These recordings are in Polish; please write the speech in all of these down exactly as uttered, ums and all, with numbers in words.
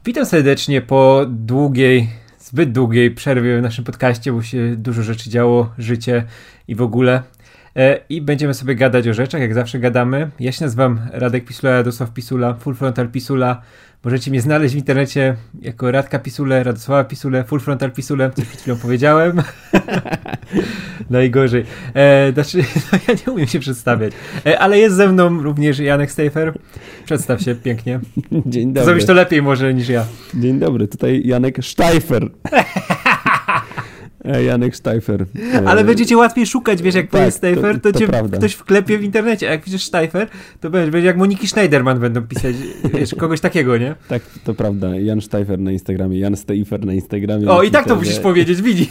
Witam serdecznie po długiej, zbyt długiej przerwie w naszym podcaście, bo się dużo rzeczy działo, życie i w ogóle. E, I będziemy sobie gadać o rzeczach, jak zawsze gadamy. Ja się nazywam Radek Pisula, Radosław Pisula, Full Frontal Pisula. Możecie mnie znaleźć w internecie jako Radka Pisule, Radosława Pisule, Full Frontal Pisule, co przed chwilą powiedziałem. Najgorzej. E, znaczy, no ja nie umiem się przedstawiać. E, ale jest ze mną również Janek Stejfer. Przedstaw się pięknie. Dzień dobry. Zrobisz to lepiej może niż ja. Dzień dobry, tutaj Janek Sztajfer. Janek Sztajfer. Ale będziecie łatwiej szukać, wiesz, jak tak, jest Sztajfer, to, to, to cię prawda. Ktoś wklepie w internecie, a jak widzisz Sztajfer, to będzie, będzie jak Moniki Schneiderman będą pisać, wiesz, kogoś takiego, nie? Tak, to prawda. Jan Sztajfer na Instagramie, Jan Stejfer na Instagramie. O, i tak to musisz powiedzieć, widzi.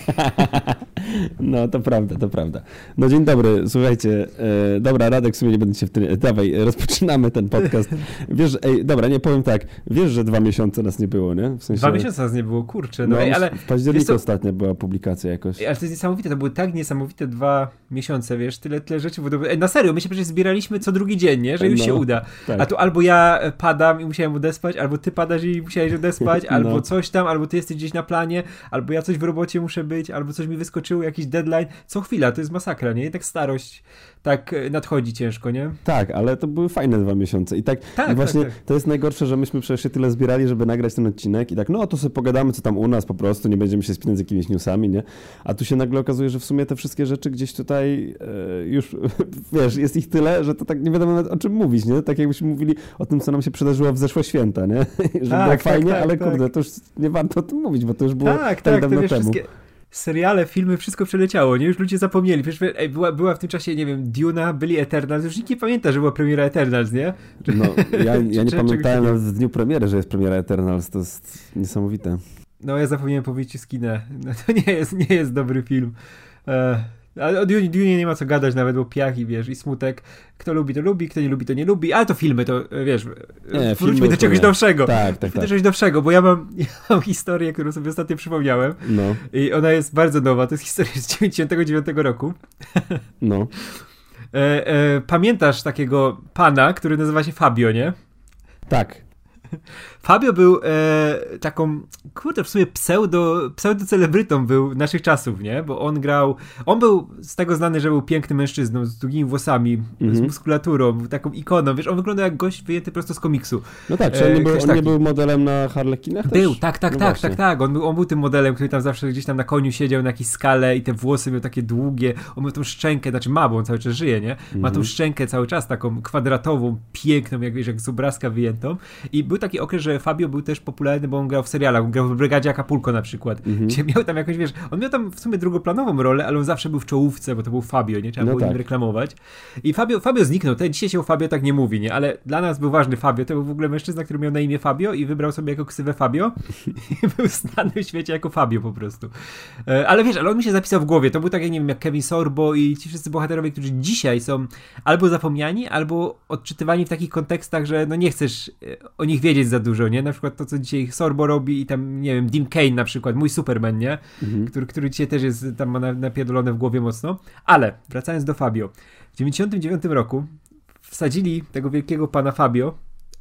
No, to prawda, to prawda. No, dzień dobry, słuchajcie. E, dobra, Radek, w sumie nie będę się w tym... Dawaj, rozpoczynamy ten podcast. Wiesz, ej, dobra, nie powiem tak. Wiesz, że dwa miesiące nas nie było, nie? W sensie... Dwa miesiące nas nie było, kurczę. No, no ej, ale... w październiku to... ostatnia była publikacja jakoś. Ale to jest niesamowite, to były tak niesamowite dwa miesiące, wiesz, tyle, tyle rzeczy. Było... Ej, na serio, my się przecież zbieraliśmy co drugi dzień, nie? Że już no, się uda. Tak. A tu albo ja padam i musiałem odespać, albo ty padasz i musiałeś odespać, no. Albo coś tam, albo ty jesteś gdzieś na planie, albo ja coś w robocie muszę być, albo coś mi wyskoczyło, jakiś deadline. Co chwila, to jest masakra, nie? I tak starość tak nadchodzi ciężko, nie? Tak, ale to były fajne dwa miesiące. I tak, tak i właśnie tak, tak. To jest najgorsze, że myśmy przecież się tyle zbierali, żeby nagrać ten odcinek i tak, no to sobie pogadamy, co tam u nas po prostu, nie będziemy się spinać z jakimiś newsami, nie? A tu się nagle okazuje, że w sumie te wszystkie rzeczy gdzieś tutaj e, już, wiesz, jest ich tyle, że to tak nie wiadomo nawet o czym mówić, nie? Tak jakbyśmy mówili o tym, co nam się przydarzyło w zeszłe święta, nie? Że tak, było fajnie, tak, ale tak, kurde, to już nie warto o tym mówić, bo to już było tak, tak, tak dawno wiesz, temu. Wszystkie... seriale, filmy, wszystko przeleciało, nie? Już ludzie zapomnieli. Wiesz, ej, była, była w tym czasie, nie wiem, Duna, byli Eternals, już nikt nie pamięta, że była premiera Eternals, nie? Czy, no, ja, ja nie pamiętałem nawet w dniu premiery, że jest premiera Eternals, to jest niesamowite. No, ja zapomniałem powiedzieć Skinę. No, to nie jest, nie jest dobry film. E, ale o Dune, Dune nie ma co gadać nawet, bo piach i wiesz, i smutek. Kto lubi, to lubi, kto nie lubi, to nie lubi, ale to filmy, to wiesz, nie, wróćmy do czegoś nowszego. Tak, tak, do tak. czegoś nowszego, bo ja mam, ja mam historię, którą sobie ostatnio przypomniałem. No. I ona jest bardzo nowa, to jest historia z dziewięćdziesiątego dziewiątego roku. No. E, e, pamiętasz takiego pana, który nazywa się Fabio, nie? Tak. Fabio był e, taką, kurde, w sumie pseudo, pseudo-celebrytą był naszych czasów, nie? Bo on grał, on był z tego znany, że był pięknym mężczyzną, z długimi włosami, mm-hmm. z muskulaturą, był taką ikoną, wiesz, on wyglądał jak gość wyjęty prosto z komiksu. No tak, czy on, nie był, on nie był modelem na Harlekinach też? Był, tak, tak, no tak, właśnie. tak, tak, on był, on był tym modelem, który tam zawsze gdzieś tam na koniu siedział na jakiejś skale i te włosy miał takie długie, on miał tą szczękę, znaczy ma, bo on cały czas żyje, nie? Ma tą mm-hmm. szczękę cały czas taką kwadratową, piękną, jak wiesz, jak z obrazka wyjętą i był taki okres, że Fabio był też popularny, bo on grał w serialach, on grał w Brygadzie Acapulco na przykład, mm-hmm. gdzie miał tam jakąś, wiesz, on miał tam w sumie drugoplanową rolę, ale on zawsze był w czołówce, bo to był Fabio, nie? Trzeba no było tak. nim reklamować. I Fabio, Fabio zniknął, ten dzisiaj się o Fabio tak nie mówi, nie? Ale dla nas był ważny Fabio, to był w ogóle mężczyzna, który miał na imię Fabio i wybrał sobie jako ksywę Fabio i był znany w świecie jako Fabio po prostu. Ale wiesz, ale on mi się zapisał w głowie, to był tak jak, nie wiem, jak Kevin Sorbo i ci wszyscy bohaterowie, którzy dzisiaj są albo zapomniani, albo odczytywani w takich kontekstach, że no nie chcesz o nich wiedzieć za dużo, nie? Na przykład to, co dzisiaj Sorbo robi i tam, nie wiem, Dean Cain na przykład, mój Superman, nie? Mhm. Który, który dzisiaj też jest tam ma napierdolone w głowie mocno. Ale, wracając do Fabio. W dziewięćdziesiątym dziewiątym roku wsadzili tego wielkiego pana Fabio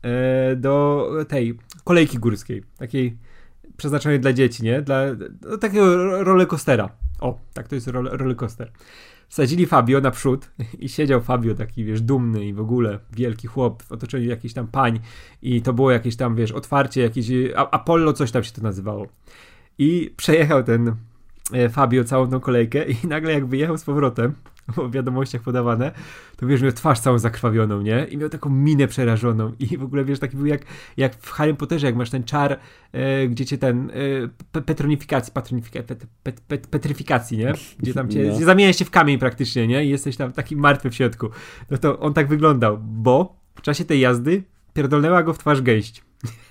e, do tej kolejki górskiej, takiej przeznaczonej dla dzieci, nie? Dla no, takiego rollercoastera. O, tak to jest rollercoaster. Wsadzili Fabio naprzód i siedział Fabio taki, wiesz, dumny i w ogóle wielki chłop w otoczeniu jakichś tam pań i to było jakieś tam, wiesz, otwarcie, jakieś Apollo, coś tam się to nazywało. I przejechał ten Fabio całą tą kolejkę i nagle jak wyjechał z powrotem, bo w wiadomościach podawane, to wiesz, miał twarz całą zakrwawioną, nie? I miał taką minę przerażoną i w ogóle, wiesz, taki był jak, jak w Harrym Potterze, jak masz ten czar, e, gdzie cię ten e, petronifikacji, patronifikacji, pet, pet, pet, petryfikacji, nie? Gdzie tam cię, no. zamieniasz się w kamień praktycznie, nie? I jesteś tam taki martwy w środku. No to on tak wyglądał, bo w czasie tej jazdy pierdolnęła go w twarz gęść.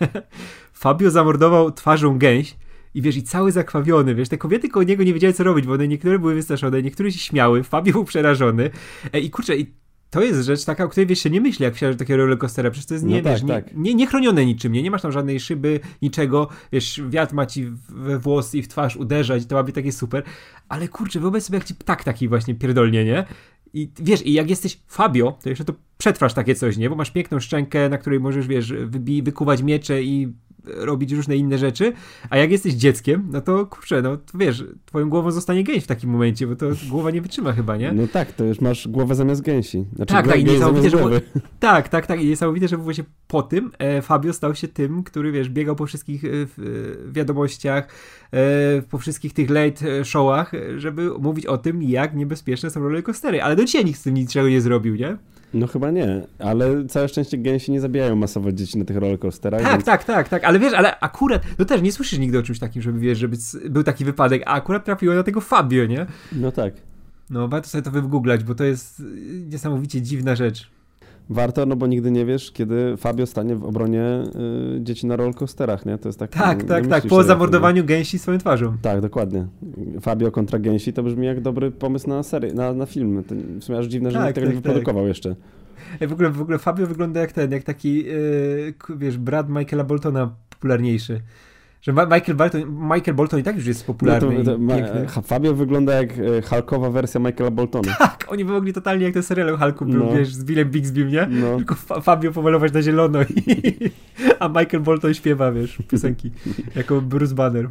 Fabio zamordował twarzą gęś. I wiesz, i cały zakrwawiony, wiesz, te kobiety koło niego nie wiedziały, co robić, bo one niektóre były wystraszone, niektóre się śmiały, Fabio był przerażony. E, I kurczę, i to jest rzecz taka, o której, wiesz, się nie myśli, jak wsiadasz do takiego rollercoastera, przecież to jest, nie, no wiesz, tak, nie, tak. nie, nie chronione niczym, nie, nie masz tam żadnej szyby, niczego, wiesz, wiatr ma ci we włosy i w twarz uderzać, to łaby takie super, ale kurczę, wyobraź sobie, jak ci ptak taki właśnie pierdolnie, nie? I wiesz, i jak jesteś Fabio, to jeszcze to przetrwasz takie coś, nie? Bo masz piękną szczękę, na której możesz, wiesz, wybi- wykuwać miecze i robić różne inne rzeczy, a jak jesteś dzieckiem, no to kurczę, no to wiesz, twoją głową zostanie gęś w takim momencie, bo to głowa nie wytrzyma chyba, nie? No tak, to już masz głowę zamiast gęsi. Znaczy, tak, tak, i niesamowite, że głowy. tak, tak, tak, i niesamowite, że właśnie po tym e, Fabio stał się tym, który, wiesz, biegał po wszystkich e, w, wiadomościach, e, po wszystkich tych late showach, żeby mówić o tym, jak niebezpieczne są rollercoastery, ale do dzisiaj nikt z tym niczego nie zrobił, nie? No chyba nie, ale całe szczęście gęsi nie zabijają masowo dzieci na tych rollercoasterach. Tak, więc... tak, tak, tak, ale wiesz, ale akurat, no też nie słyszysz nigdy o czymś takim, żeby wiesz, żeby był taki wypadek, a akurat trafiło na tego Fabio, nie? No tak. No warto sobie to wygooglać, bo to jest niesamowicie dziwna rzecz. Warto, no bo nigdy nie wiesz, kiedy Fabio stanie w obronie y, dzieci na rollercoasterach, nie? To jest tak. Tak, tak, tak, po zamordowaniu gęsi swoją twarzą. Tak, dokładnie. Fabio kontra gęsi to brzmi jak dobry pomysł na serię, na, na film. To w sumie aż dziwne, że tak, nikt tego tak, nie wyprodukował tak. jeszcze. W ogóle, w ogóle Fabio wygląda jak ten, jak taki, yy, wiesz, brat Michaela Boltona popularniejszy. Że Ma- Michael Bolton, Michael Bolton i tak już jest popularny No to, to, i ma, piękny. Fabio wygląda jak Hulkowa wersja Michaela Boltona. Tak, oni by mogli totalnie jak ten serial o Hulku był, No. wiesz, z Billem Bixbym, nie? No. Tylko Fa- Fabio pomalować na zielono i a Michael Bolton śpiewa, wiesz, piosenki jako Bruce Banner.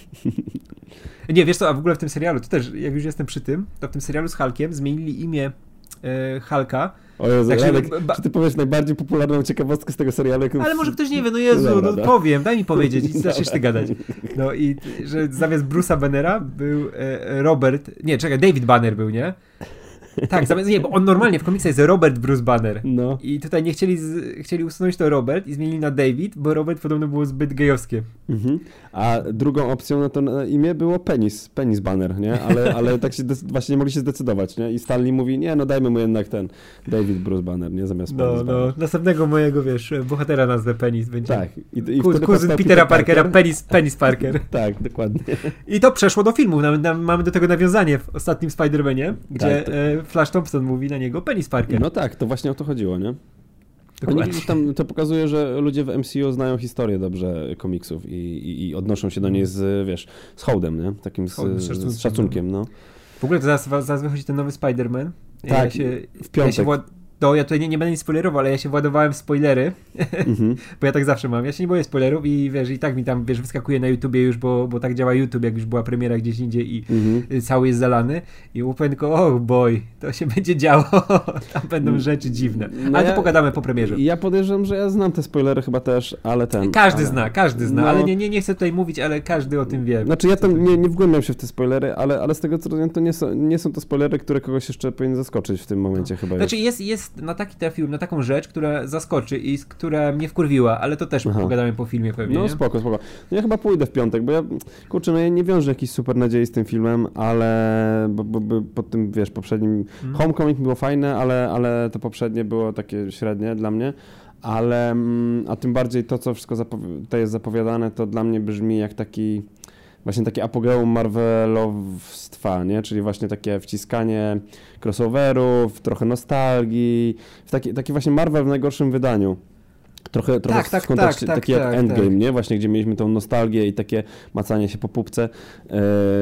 Nie, wiesz co, a w ogóle w tym serialu, to też, jak już jestem przy tym, to w tym serialu z Hulkiem zmienili imię e, Hulka. O Jezu, Tak się- Radek, ba- czy ty powiesz najbardziej popularną ciekawostkę z tego serialu? Jaką... Ale może ktoś nie wie, no Jezu, No no, dobra, no. powiem, daj mi powiedzieć i zaczniesz ty gadać. No i że zamiast Bruce'a Bannera był e, Robert, nie, czekaj, David Banner był, nie? Tak, zamiast, nie, bo on normalnie w komiksach jest Robert Bruce Banner. No. I tutaj nie chcieli, z, chcieli usunąć to Robert i zmienili na David, bo Robert podobno było zbyt gejowskie. Mhm. A drugą opcją na to na imię było Penis, Penis Banner, nie? Ale, ale tak się des- właśnie nie mogli się zdecydować, nie? I Stanley mówi, nie, no dajmy mu jednak ten David Bruce Banner, nie? Zamiast Penis No, Banner. no, następnego mojego, wiesz, bohatera nazwę Penis będzie. Tak. I, i Ku, wtedy kuzyn powstał Petera Peter Parkera, Parker. Penis, Penis Parker. Tak, dokładnie. I to przeszło do filmu. Mamy, nam- mamy do tego nawiązanie w ostatnim Spider-Manie, gdzie Tak, to- e, Flash Thompson mówi na niego Penis Parker. No tak, to właśnie o to chodziło, nie? Dokładnie. Oni gdzieś tam, to pokazuje, że ludzie w M C U znają historię dobrze komiksów i, i, i odnoszą się do niej z, wiesz, z hołdem, nie? Takim z, Hołdem, z z, szacunkiem. z szacunkiem, no. W ogóle to zaraz, zaraz wychodzi ten nowy Spider-Man. Tak, ja się, w piątek. Ja się wład... No, ja tutaj nie, nie będę nic spoilerował, ale ja się władowałem w spoilery, Mhm. bo ja tak zawsze mam. Ja się nie boję spoilerów i wiesz, i tak mi tam, wiesz, wyskakuje na YouTubie już, bo, bo tak działa YouTube, jak już była premiera gdzieś indziej i Mhm. y, cały jest zalany. I ufam tylko, oh boy, to się będzie działo, tam będą rzeczy dziwne. No Ale ja- to pogadamy po premierze. Ja podejrzewam, że ja znam te spoilery chyba też, ale ten... Każdy ale... zna, każdy zna, No. ale nie, nie, nie chcę tutaj mówić, ale każdy o tym wie. Znaczy ja tam nie, nie wgłębiam się w te spoilery, ale, ale z tego co rozumiem, to nie są, nie są to spoilery, które kogoś jeszcze powinny zaskoczyć w tym momencie chyba Znaczy już. jest, jest na taki trafiłem, na taką rzecz, która zaskoczy i z- która mnie wkurwiła, ale to też Aha. pogadamy po filmie pewnie, No nie? spoko, spoko. No ja chyba pójdę w piątek, bo ja, kurczę, no ja nie wiążę jakiejś super nadziei z tym filmem, ale bo, bo, bo po tym, wiesz, poprzednim Mhm. Homecoming było fajne, ale, ale to poprzednie było takie średnie dla mnie, ale mm, a tym bardziej to, co wszystko zapowi- to jest zapowiadane, to dla mnie brzmi jak taki właśnie takie apogeum Marvelowstwa, nie? Czyli właśnie takie wciskanie crossoverów, trochę nostalgii, w taki, taki właśnie Marvel w najgorszym wydaniu. Trochę, trochę Tak, tak, w kontekście tak, taki tak, jak tak, Endgame, tak. nie? Właśnie, gdzie mieliśmy tą nostalgię i takie macanie się po pupce e,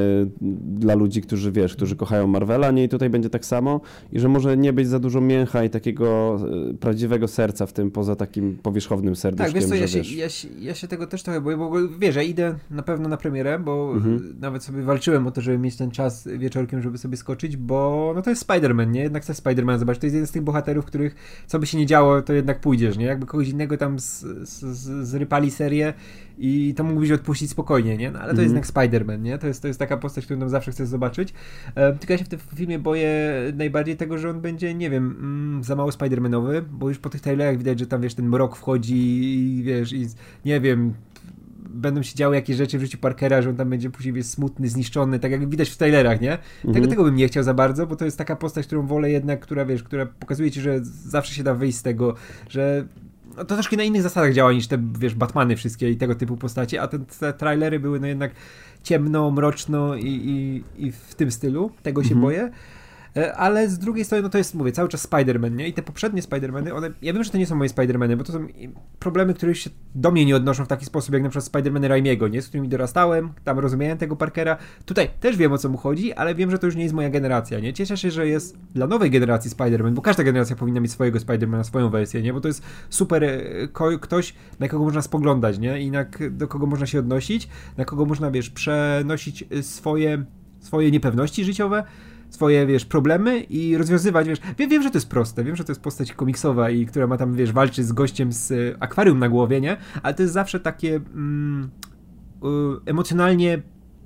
dla ludzi, którzy, wiesz, którzy kochają Marvela, nie? I tutaj będzie tak samo i że może nie być za dużo mięcha i takiego e, prawdziwego serca w tym, poza takim powierzchownym serduszkiem, Tak, wiesz co, ja że się, wiesz... ja, się, ja się tego też trochę boję, bo bo wiesz, ja idę na pewno na premierę, bo Mhm. nawet sobie walczyłem o to, żeby mieć ten czas wieczorkiem, żeby sobie skoczyć, bo no to jest Spider-Man, nie? Jednak chcesz Spider-Man zobaczyć, to jest jeden z tych bohaterów, których co by się nie działo, to jednak pójdziesz, nie? Jakby kogoś innego tam z, z, z, zrypali serię i to mógłbyś odpuścić spokojnie, nie? No, ale to Mhm. jest jednak Spider-Man, nie? To jest, to jest taka postać, którą tam zawsze chcesz zobaczyć. E, tylko ja się w tym filmie boję najbardziej tego, że on będzie, nie wiem, mm, za mało Spider-Manowy, bo już po tych trailerach widać, że tam, wiesz, ten mrok wchodzi i wiesz, i nie wiem, będą się działy jakieś rzeczy w życiu Parkera, że on tam będzie później wiesz, smutny, zniszczony, tak jak widać w trailerach, nie? Tego, Mhm. tego bym nie chciał za bardzo, bo to jest taka postać, którą wolę jednak, która, wiesz, która pokazuje ci, że zawsze się da wyjść z tego, że no to troszkę na innych zasadach działa niż te, wiesz, Batmany wszystkie i tego typu postacie, a te, te trailery były no jednak ciemno, mroczno i, i, i w tym stylu. Tego się Mhm. boję. Ale z drugiej strony, no to jest, mówię, cały czas Spider-Man, nie? I te poprzednie Spider-Many, one, ja wiem, że to nie są moje Spider-Many, bo to są problemy, które już się do mnie nie odnoszą w taki sposób, jak na przykład Spider-Many Raimiego, nie? Z którymi dorastałem, tam rozumiałem tego Parkera. Tutaj też wiem, o co mu chodzi, ale wiem, że to już nie jest moja generacja, nie? Cieszę się, że jest dla nowej generacji Spider-Man, bo każda generacja powinna mieć swojego Spider-Mana, swoją wersję, nie? Bo to jest super ko- ktoś, na kogo można spoglądać, nie? I na, do kogo można się odnosić, na kogo można, wiesz, przenosić swoje, swoje niepewności życiowe, swoje, wiesz, problemy i rozwiązywać, wiesz, wiem, wiem, że to jest proste, wiem, że to jest postać komiksowa i która ma tam, wiesz, walczyć z gościem z akwarium na głowie, nie? Ale to jest zawsze takie mm, emocjonalnie,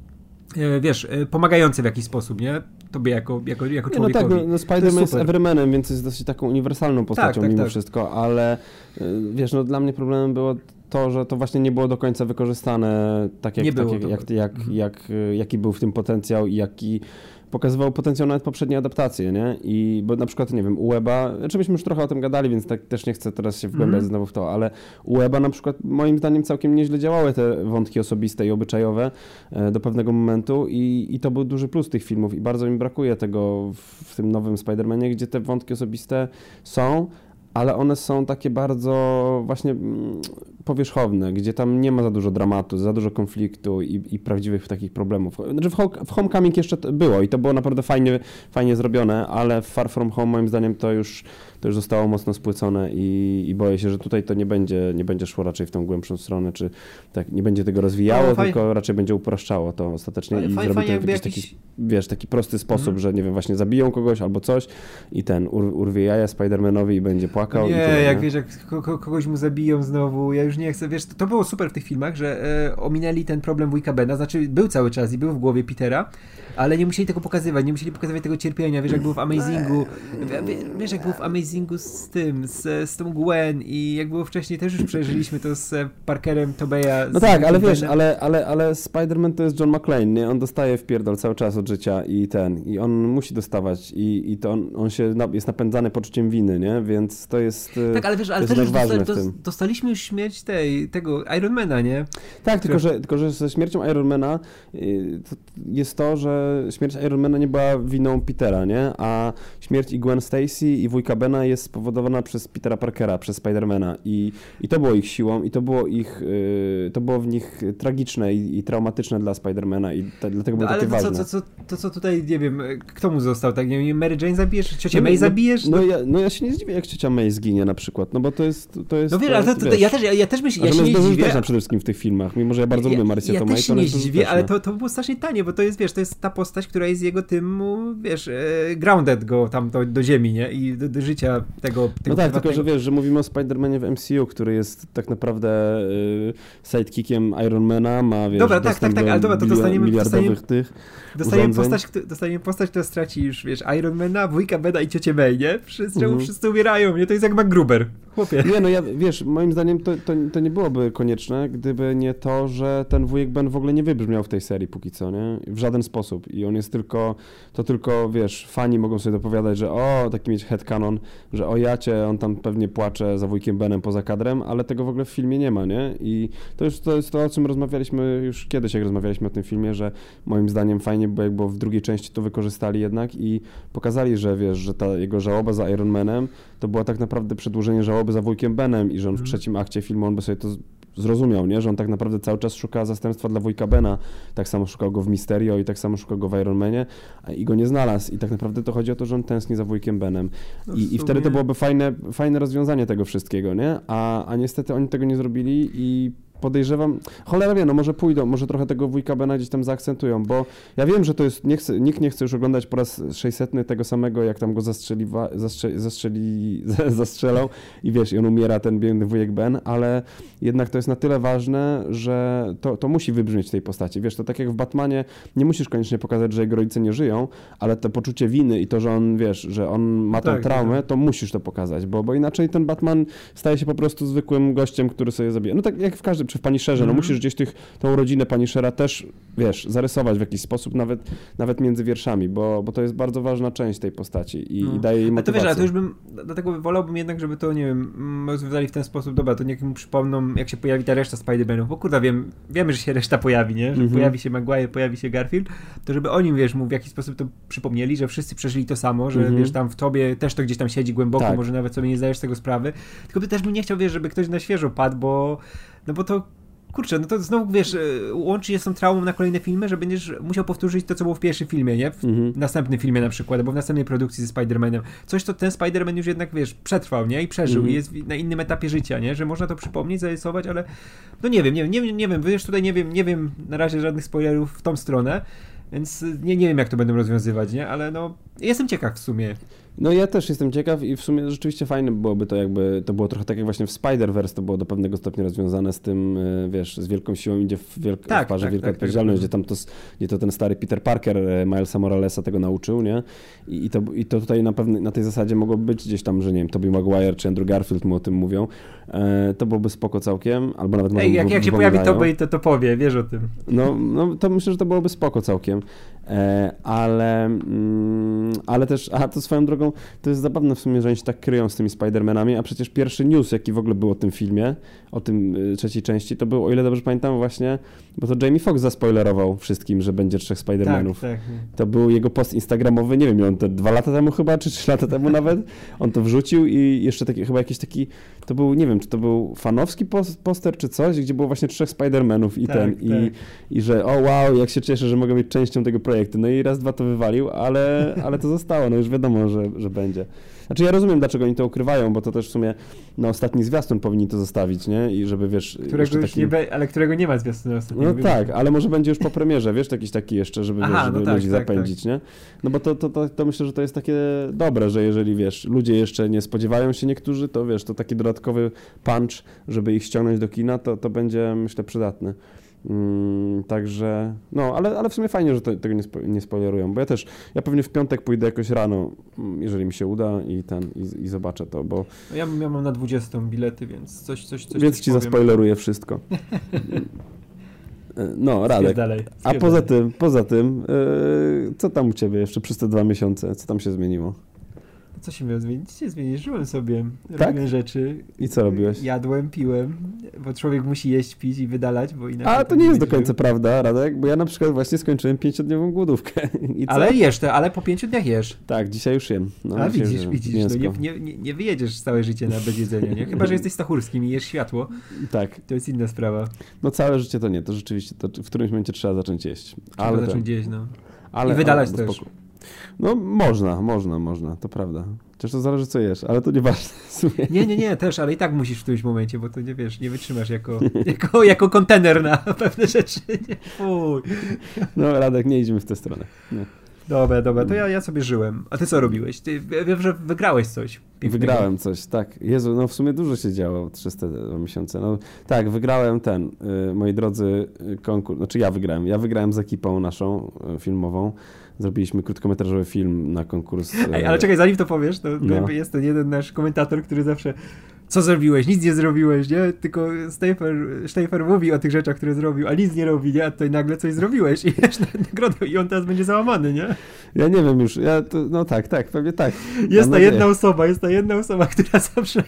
wiesz, pomagające w jakiś sposób, nie? Tobie jako, jako, jako człowiekowi. No tak, no, no Spider-Man jest Everymanem, więc jest dosyć taką uniwersalną postacią tak, tak, mimo tak. wszystko, ale wiesz, no dla mnie problemem było to, że to właśnie nie było do końca wykorzystane tak, jak, tak jak, jak, jak, jak, jak, jaki był w tym potencjał i jaki pokazywał potencjał nawet poprzedniej adaptacje, nie? I bo na przykład, nie wiem, u Weba, czy myśmy już trochę o tym gadali, więc tak też nie chcę teraz się wgłębiać mm. znowu w to, ale u Weba na przykład moim zdaniem całkiem nieźle działały te wątki osobiste i obyczajowe e, do pewnego momentu i, i to był duży plus tych filmów i bardzo mi brakuje tego w, w tym nowym Spider-Manie, gdzie te wątki osobiste są, ale one są takie bardzo właśnie mm, powierzchowne, gdzie tam nie ma za dużo dramatu, za dużo konfliktu i, i prawdziwych takich problemów. Znaczy w, w Homecoming jeszcze było i to było naprawdę fajnie, fajnie zrobione, ale w Far From Home moim zdaniem to już, to już zostało mocno spłycone i, i boję się, że tutaj to nie będzie, nie będzie szło raczej w tą głębszą stronę, czy tak nie będzie tego rozwijało, no, tylko raczej będzie upraszczało to ostatecznie i zrobi to w jakiś taki, wiesz, taki prosty sposób, mm. że nie wiem, właśnie zabiją kogoś albo coś i ten ur, urwie jaja Spider-Manowi i będzie płakał. Nie, i tyle, jak nie? wiesz, jak ko- kogoś mu zabiją znowu, ja już nie chcę, wiesz, to, to było super w tych filmach, że e, ominęli ten problem wujka Bena, znaczy był cały czas i był w głowie Petera, ale nie musieli tego pokazywać, nie musieli pokazywać tego cierpienia, wiesz, jak było w Amazingu, wiesz, jak było w Amazingu z tym, z, z tą Gwen i jak było wcześniej, też już przeżyliśmy to z Parkerem Tobeya. No tak, ale wiesz, ale, ale, ale Spider-Man to jest John McClane, nie? On dostaje wpierdol cały czas od życia i ten, i on musi dostawać i, i to on, on się na, jest napędzany poczuciem winy, nie? Więc to jest tak, ale wiesz, ale też już dosta, dos, dostaliśmy już śmierć tej, tego Ironmana, nie? Tak, tylko że, tylko że ze śmiercią Ironmana to jest to, że śmierć Ironmana nie była winą Petera, nie? A śmierć i Gwen Stacy i wujka Bena jest spowodowana przez Petera Parkera, przez Spidermana i, i to było ich siłą i to było ich, yy, to było w nich tragiczne i, i traumatyczne dla Spidermana i ta, dlatego było no, takie ważne. Ale to co, to, to co tutaj, nie wiem, kto mu został, tak? Nie wiem, Mary Jane zabijesz? Ciocię no, May zabijesz? No, no, ja, no ja się nie zdziwię, jak ciocia May zginie na przykład, no bo to jest... To jest no wiesz, ale to, to, to, ja też, ja, ja też myślę, ja się nie zdziwię. Też przede wszystkim w tych filmach, mimo że ja bardzo ja, lubię Marcię ja Tomei. Ja też się nie zdziwię, ale to, to było strasznie tanie, bo to jest, wiesz, to jest ta postać, która jest jego tym, wiesz, e, grounded go tam do, do ziemi, nie? I do, do życia tego, tego no tak, tylko że wiesz, że mówimy o Spider-Manie w M C U, który jest tak naprawdę y, sidekickiem Ironmana, ma, wiesz, dobra, tak, tak, tak, ale dobra, to dostaniemy, dostaniemy, tych dostaniemy postać, dostaniemy postać, która straci już, wiesz, Ironmana, wujka Bena i ciocię May, nie? Wszyscy, mhm. wszyscy umierają, nie? To jest jak MacGruber, chłopie. Nie, no ja, wiesz, moim zdaniem to, to, to nie byłoby konieczne, gdyby nie to, że ten wujek Ben w ogóle nie wybrzmiał w tej serii póki co, nie? W żaden sposób i on jest tylko, to tylko, wiesz, fani mogą sobie dopowiadać, że o, taki mieć headcanon, że o jacie, on tam pewnie płacze za wujkiem Benem poza kadrem, ale tego w ogóle w filmie nie ma, nie? I to już to jest to, o czym rozmawialiśmy już kiedyś, jak rozmawialiśmy o tym filmie, że moim zdaniem fajnie, bo jakby w drugiej części to wykorzystali jednak i pokazali, że wiesz, że ta jego żałoba za Iron Manem to była tak naprawdę przedłużenie żałoby za wujkiem Benem i że on w trzecim akcie filmu on by sobie to zrozumiał, nie? Że on tak naprawdę cały czas szuka zastępstwa dla wujka Bena, tak samo szukał go w Mysterio i tak samo szukał go w Iron Manie i go nie znalazł i tak naprawdę to chodzi o to, że on tęskni za wujkiem Benem no I, i wtedy to byłoby fajne, fajne rozwiązanie tego wszystkiego, nie? A, a niestety oni tego nie zrobili i podejrzewam, cholera wie, no może pójdą, może trochę tego wujka Bena gdzieś tam zaakcentują, bo ja wiem, że to jest, nie chce, nikt nie chce już oglądać po raz sześćsetny tego samego, jak tam go zastrzeli, zastrze, zastrzeli, zastrzelał i wiesz, i on umiera, ten biedny wujek Ben, ale jednak to jest na tyle ważne, że to, to musi wybrzmieć w tej postaci. Wiesz, to tak jak w Batmanie, nie musisz koniecznie pokazać, że jego rodzice nie żyją, ale to poczucie winy i to, że on, wiesz, że on ma tę tak, traumę, tak. to musisz to pokazać, bo, bo inaczej ten Batman staje się po prostu zwykłym gościem, który sobie zabija. No tak jak w każdym czy w Punisherze, mm-hmm. no musisz gdzieś tych, tą rodzinę Punishera też, wiesz, zarysować w jakiś sposób, nawet, nawet między wierszami, bo, bo to jest bardzo ważna część tej postaci i, no. i daje jej motywację. A to wiesz, ale to już bym, dlatego wolałbym jednak, żeby to, nie wiem, rozwiązali w ten sposób, dobra, to niech mu przypomną, jak się pojawi ta reszta Spider-Manów, bo kurwa, wiem, wiemy, że się reszta pojawi, nie? Że mm-hmm. pojawi się Maguire, pojawi się Garfield, to żeby oni, wiesz, mu w jakiś sposób to przypomnieli, że wszyscy przeżyli to samo, że mm-hmm. wiesz, tam w tobie też to gdzieś tam siedzi głęboko, tak. może nawet sobie nie zdajesz z tego sprawy, tylko by też bym nie chciał, wiesz, żeby ktoś na świeżo padł, bo no bo to kurczę, no to znowu, wiesz, łączy się z tą traumą na kolejne filmy, że będziesz musiał powtórzyć to, co było w pierwszym filmie, nie? W mm-hmm. następnym filmie na przykład, albo w następnej produkcji ze Spider-Manem. Coś, co ten Spider-Man już jednak, wiesz, przetrwał, nie? I przeżył mm-hmm. i jest na innym etapie życia, nie? Że można to przypomnieć, zarysować, ale no nie wiem, nie wiem, nie, nie wiem, wiesz, tutaj nie wiem, nie wiem na razie żadnych spoilerów w tą stronę, więc nie, nie wiem, jak to będą rozwiązywać, nie? Ale no, jestem ciekaw w sumie. No ja też jestem ciekaw i w sumie rzeczywiście fajne byłoby to, jakby to było trochę tak jak właśnie w Spider-Verse, to było do pewnego stopnia rozwiązane z tym, wiesz, z wielką siłą idzie w, wielk- tak, w parze tak, wielka tak, odpowiedzialność, tak. gdzie tam to, gdzie to ten stary Peter Parker Milesa Moralesa tego nauczył, nie? I, i, to, i to tutaj na pewno na tej zasadzie mogło być gdzieś tam, że nie wiem, Tobey Maguire czy Andrew Garfield mu o tym mówią. E, to byłoby spoko całkiem, albo nawet może Ej, jak, jak się pojawi Tobey, to to powie, wiesz o tym. No, no to myślę, że to byłoby spoko całkiem. E, ale, mm, ale też, a to swoją drogą, to jest zabawne w sumie, że oni się tak kryją z tymi Spider-Manami, a przecież pierwszy news, jaki w ogóle był o tym filmie, o tym y, trzeciej części, to był, o ile dobrze pamiętam, właśnie, bo to Jamie Foxx zaspoilerował wszystkim, że będzie trzech Spider-Manów. Tak, tak. To był jego post instagramowy, nie wiem, on to dwa lata temu chyba, czy trzy lata temu nawet, on to wrzucił i jeszcze taki, chyba jakiś taki, to był, nie wiem, czy to był fanowski post, poster, czy coś, gdzie było właśnie trzech Spider-Manów i tak, ten, tak. I, i że o wow, jak się cieszę, że mogę być częścią tego projektu. No i raz, dwa to wywalił, ale, ale to zostało, no już wiadomo, że, że będzie. Znaczy ja rozumiem, dlaczego oni to ukrywają, bo to też w sumie na ostatni zwiastun powinni to zostawić, nie? I żeby, wiesz... Którego już taki... nie be... Ale którego nie ma zwiastunu ostatniego. No tak, ale może będzie już po premierze, wiesz, jakiś taki jeszcze, żeby, Aha, wiesz, żeby no tak, ludzi tak, zapędzić, tak. nie? No bo to, to, to, to myślę, że to jest takie dobre, że jeżeli, wiesz, ludzie jeszcze nie spodziewają się niektórzy, to wiesz, to taki dodatkowy punch, żeby ich ściągnąć do kina, to, to będzie, myślę, przydatny. Mm, także, no, ale, ale w sumie fajnie, że to, tego nie, spo, nie spoilerują, bo ja też, ja pewnie w piątek pójdę jakoś rano, jeżeli mi się uda i ten, i, i zobaczę to, bo... No ja, ja mam na dwudziestą bilety, więc coś, coś, coś Więc coś ci powiem. zaspoileruję wszystko. No, Radek, dalej, a poza tym, poza tym, yy, co tam u ciebie jeszcze przez te dwa miesiące, co tam się zmieniło? Co się miało zmienić? Nic się zmieni. Żyłem sobie, tak? robiłem rzeczy. I co robiłeś? Jadłem, piłem, bo człowiek musi jeść, pić i wydalać, bo inaczej... A to nie jest do końca żył. Prawda, Radek, bo ja na przykład właśnie skończyłem pięciodniową głodówkę. I co? Ale jesz to, ale po pięciu dniach jesz. Tak, dzisiaj już jem. No, a widzisz, jem. widzisz, no nie, nie, nie wyjedziesz całe życie na bez jedzenia, nie? Chyba że jesteś Stachurskim i jesz światło. Tak. To jest inna sprawa. No całe życie to nie, to rzeczywiście, to w którymś momencie trzeba zacząć jeść. Trzeba ale zacząć jeść, no. Ale, I wydalać ale, też. No można, można, można, to prawda. Chociaż to zależy co jesz, ale to nieważne. Nie, nie, nie, też, ale i tak musisz w którymś momencie, bo to nie wiesz, nie wytrzymasz jako, jako, jako kontener na pewne rzeczy. Nie, fuj. No Radek, nie idziemy w tę stronę. Nie. Dobra, dobra, to ja, ja sobie żyłem. A ty co robiłeś? Ty, wiem, że wygrałeś coś pięknego. Wygrałem coś, tak. Jezu, no w sumie dużo się działo przez te miesiące. No, tak, wygrałem ten, y, moi drodzy, konkurs, znaczy ja wygrałem. Ja wygrałem z ekipą naszą y, filmową. Zrobiliśmy krótkometrażowy film na konkurs. Y, Ej, ale czekaj, zanim to powiesz, to no. jest ten jeden nasz komentator, który zawsze co zrobiłeś? Nic nie zrobiłeś, nie? Tylko Steifer mówi o tych rzeczach, które zrobił, a nic nie robi, nie? A tutaj nagle coś zrobiłeś i wiesz, nagrodę i on teraz będzie załamany, nie? Ja nie wiem już, ja to, no tak, tak, pewnie tak. Jest ta jedna osoba, jest ta jedna osoba, która zawsze...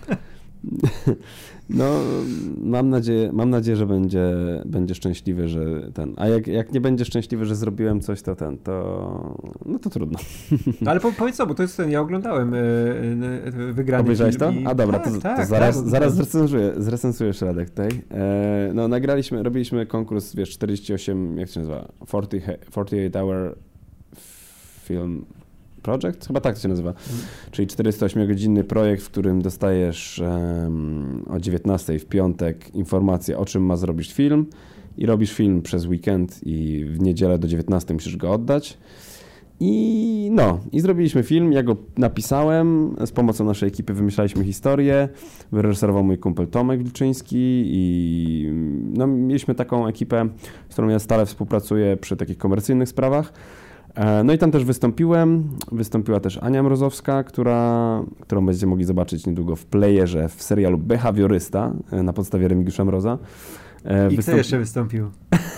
No, mam nadzieję, mam nadzieję, że będzie, będzie szczęśliwy, że ten, a jak, jak nie będzie szczęśliwy, że zrobiłem coś, to ten, to, no to trudno. No, ale po, powiedz co, bo to jest ten, ja oglądałem yy, wygrany Obejrzałeś to? I... A dobra, tak, to, tak, to zaraz, tak, zaraz zrecenzuję, zrecenzujesz Radek tutaj. E, no, nagraliśmy, robiliśmy konkurs, wiesz, czterdzieści osiem, jak się nazywa, czterdzieści osiem hour film Project? Chyba tak to się nazywa. Hmm. Czyli czterdziestoośmiogodzinny projekt, w którym dostajesz um, o dziewiętnastej w piątek informację, o czym ma zrobić film i robisz film przez weekend i w niedzielę do dziewiętnastej musisz go oddać. I no, i zrobiliśmy film, ja go napisałem, z pomocą naszej ekipy wymyślaliśmy historię, wyreżyserował mój kumpel Tomek Wilczyński i no, mieliśmy taką ekipę, z którą ja stale współpracuję przy takich komercyjnych sprawach. No i tam też wystąpiłem. Wystąpiła też Ania Mrozowska, która, którą będziecie mogli zobaczyć niedługo w playerze w serialu Behawiorysta na podstawie Remigiusza Mroza. I Wystąp... kto jeszcze wystąpił?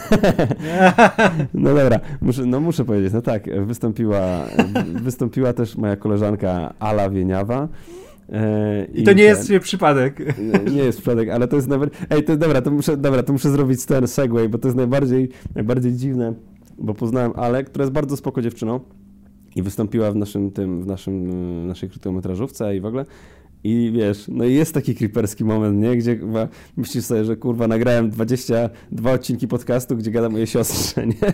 No dobra, muszę, no muszę powiedzieć, no tak, wystąpiła, wystąpiła też moja koleżanka Ala Wieniawa. I, I to nie ten, jest przypadek. Nie, nie jest przypadek, ale to jest nawet... Ej, to dobra, to muszę, dobra, to muszę zrobić ten segway, bo to jest najbardziej, najbardziej dziwne, bo poznałem Alę, która jest bardzo spoko dziewczyną i wystąpiła w naszym tym, w naszym, naszej krótkometrażówce i w ogóle. I wiesz, no i jest taki creeperski moment, nie? Gdzie chyba myślisz sobie, że kurwa nagrałem dwadzieścia dwa odcinki podcastu, gdzie gadam o jej siostrze, nie?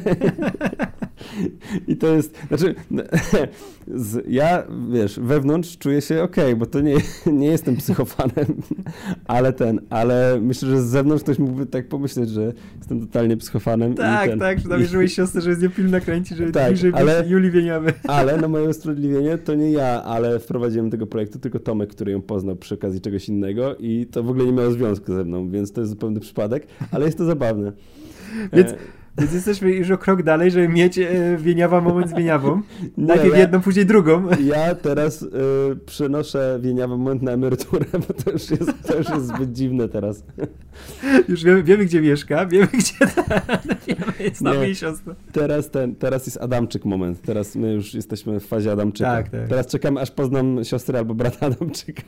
I to jest, znaczy z, ja, wiesz, wewnątrz czuję się okej, okay, bo to nie, nie jestem psychofanem, ale ten, ale myślę, że z zewnątrz ktoś mógłby tak pomyśleć, że jestem totalnie psychofanem. Tak, i ten, tak, że namierzyłeś siostrę, że jest nią film nakręci, że tak, bliżej ale, Julii Wieniawy. Ale na moje usprawiedliwienie to nie ja, ale wprowadziłem tego projektu, tylko Tomek, który ją poznał przy okazji czegoś innego i to w ogóle nie miało związku ze mną, więc to jest zupełny przypadek, ale jest to zabawne. Więc, więc jesteśmy już o krok dalej, żeby mieć e, Wieniawa moment z Wieniawą. Najpierw ja, jedną, później drugą. Ja teraz y, przenoszę Wieniawę moment na emeryturę, bo to już jest, to już jest zbyt dziwne teraz. Już wiemy, wiemy gdzie mieszka, wiemy gdzie ta, wiemy, jest jej siostra. Teraz, ten, teraz jest Adamczyk moment, teraz my już jesteśmy w fazie Adamczyka. Tak, tak. Teraz czekamy, aż poznam siostrę albo brata Adamczyka.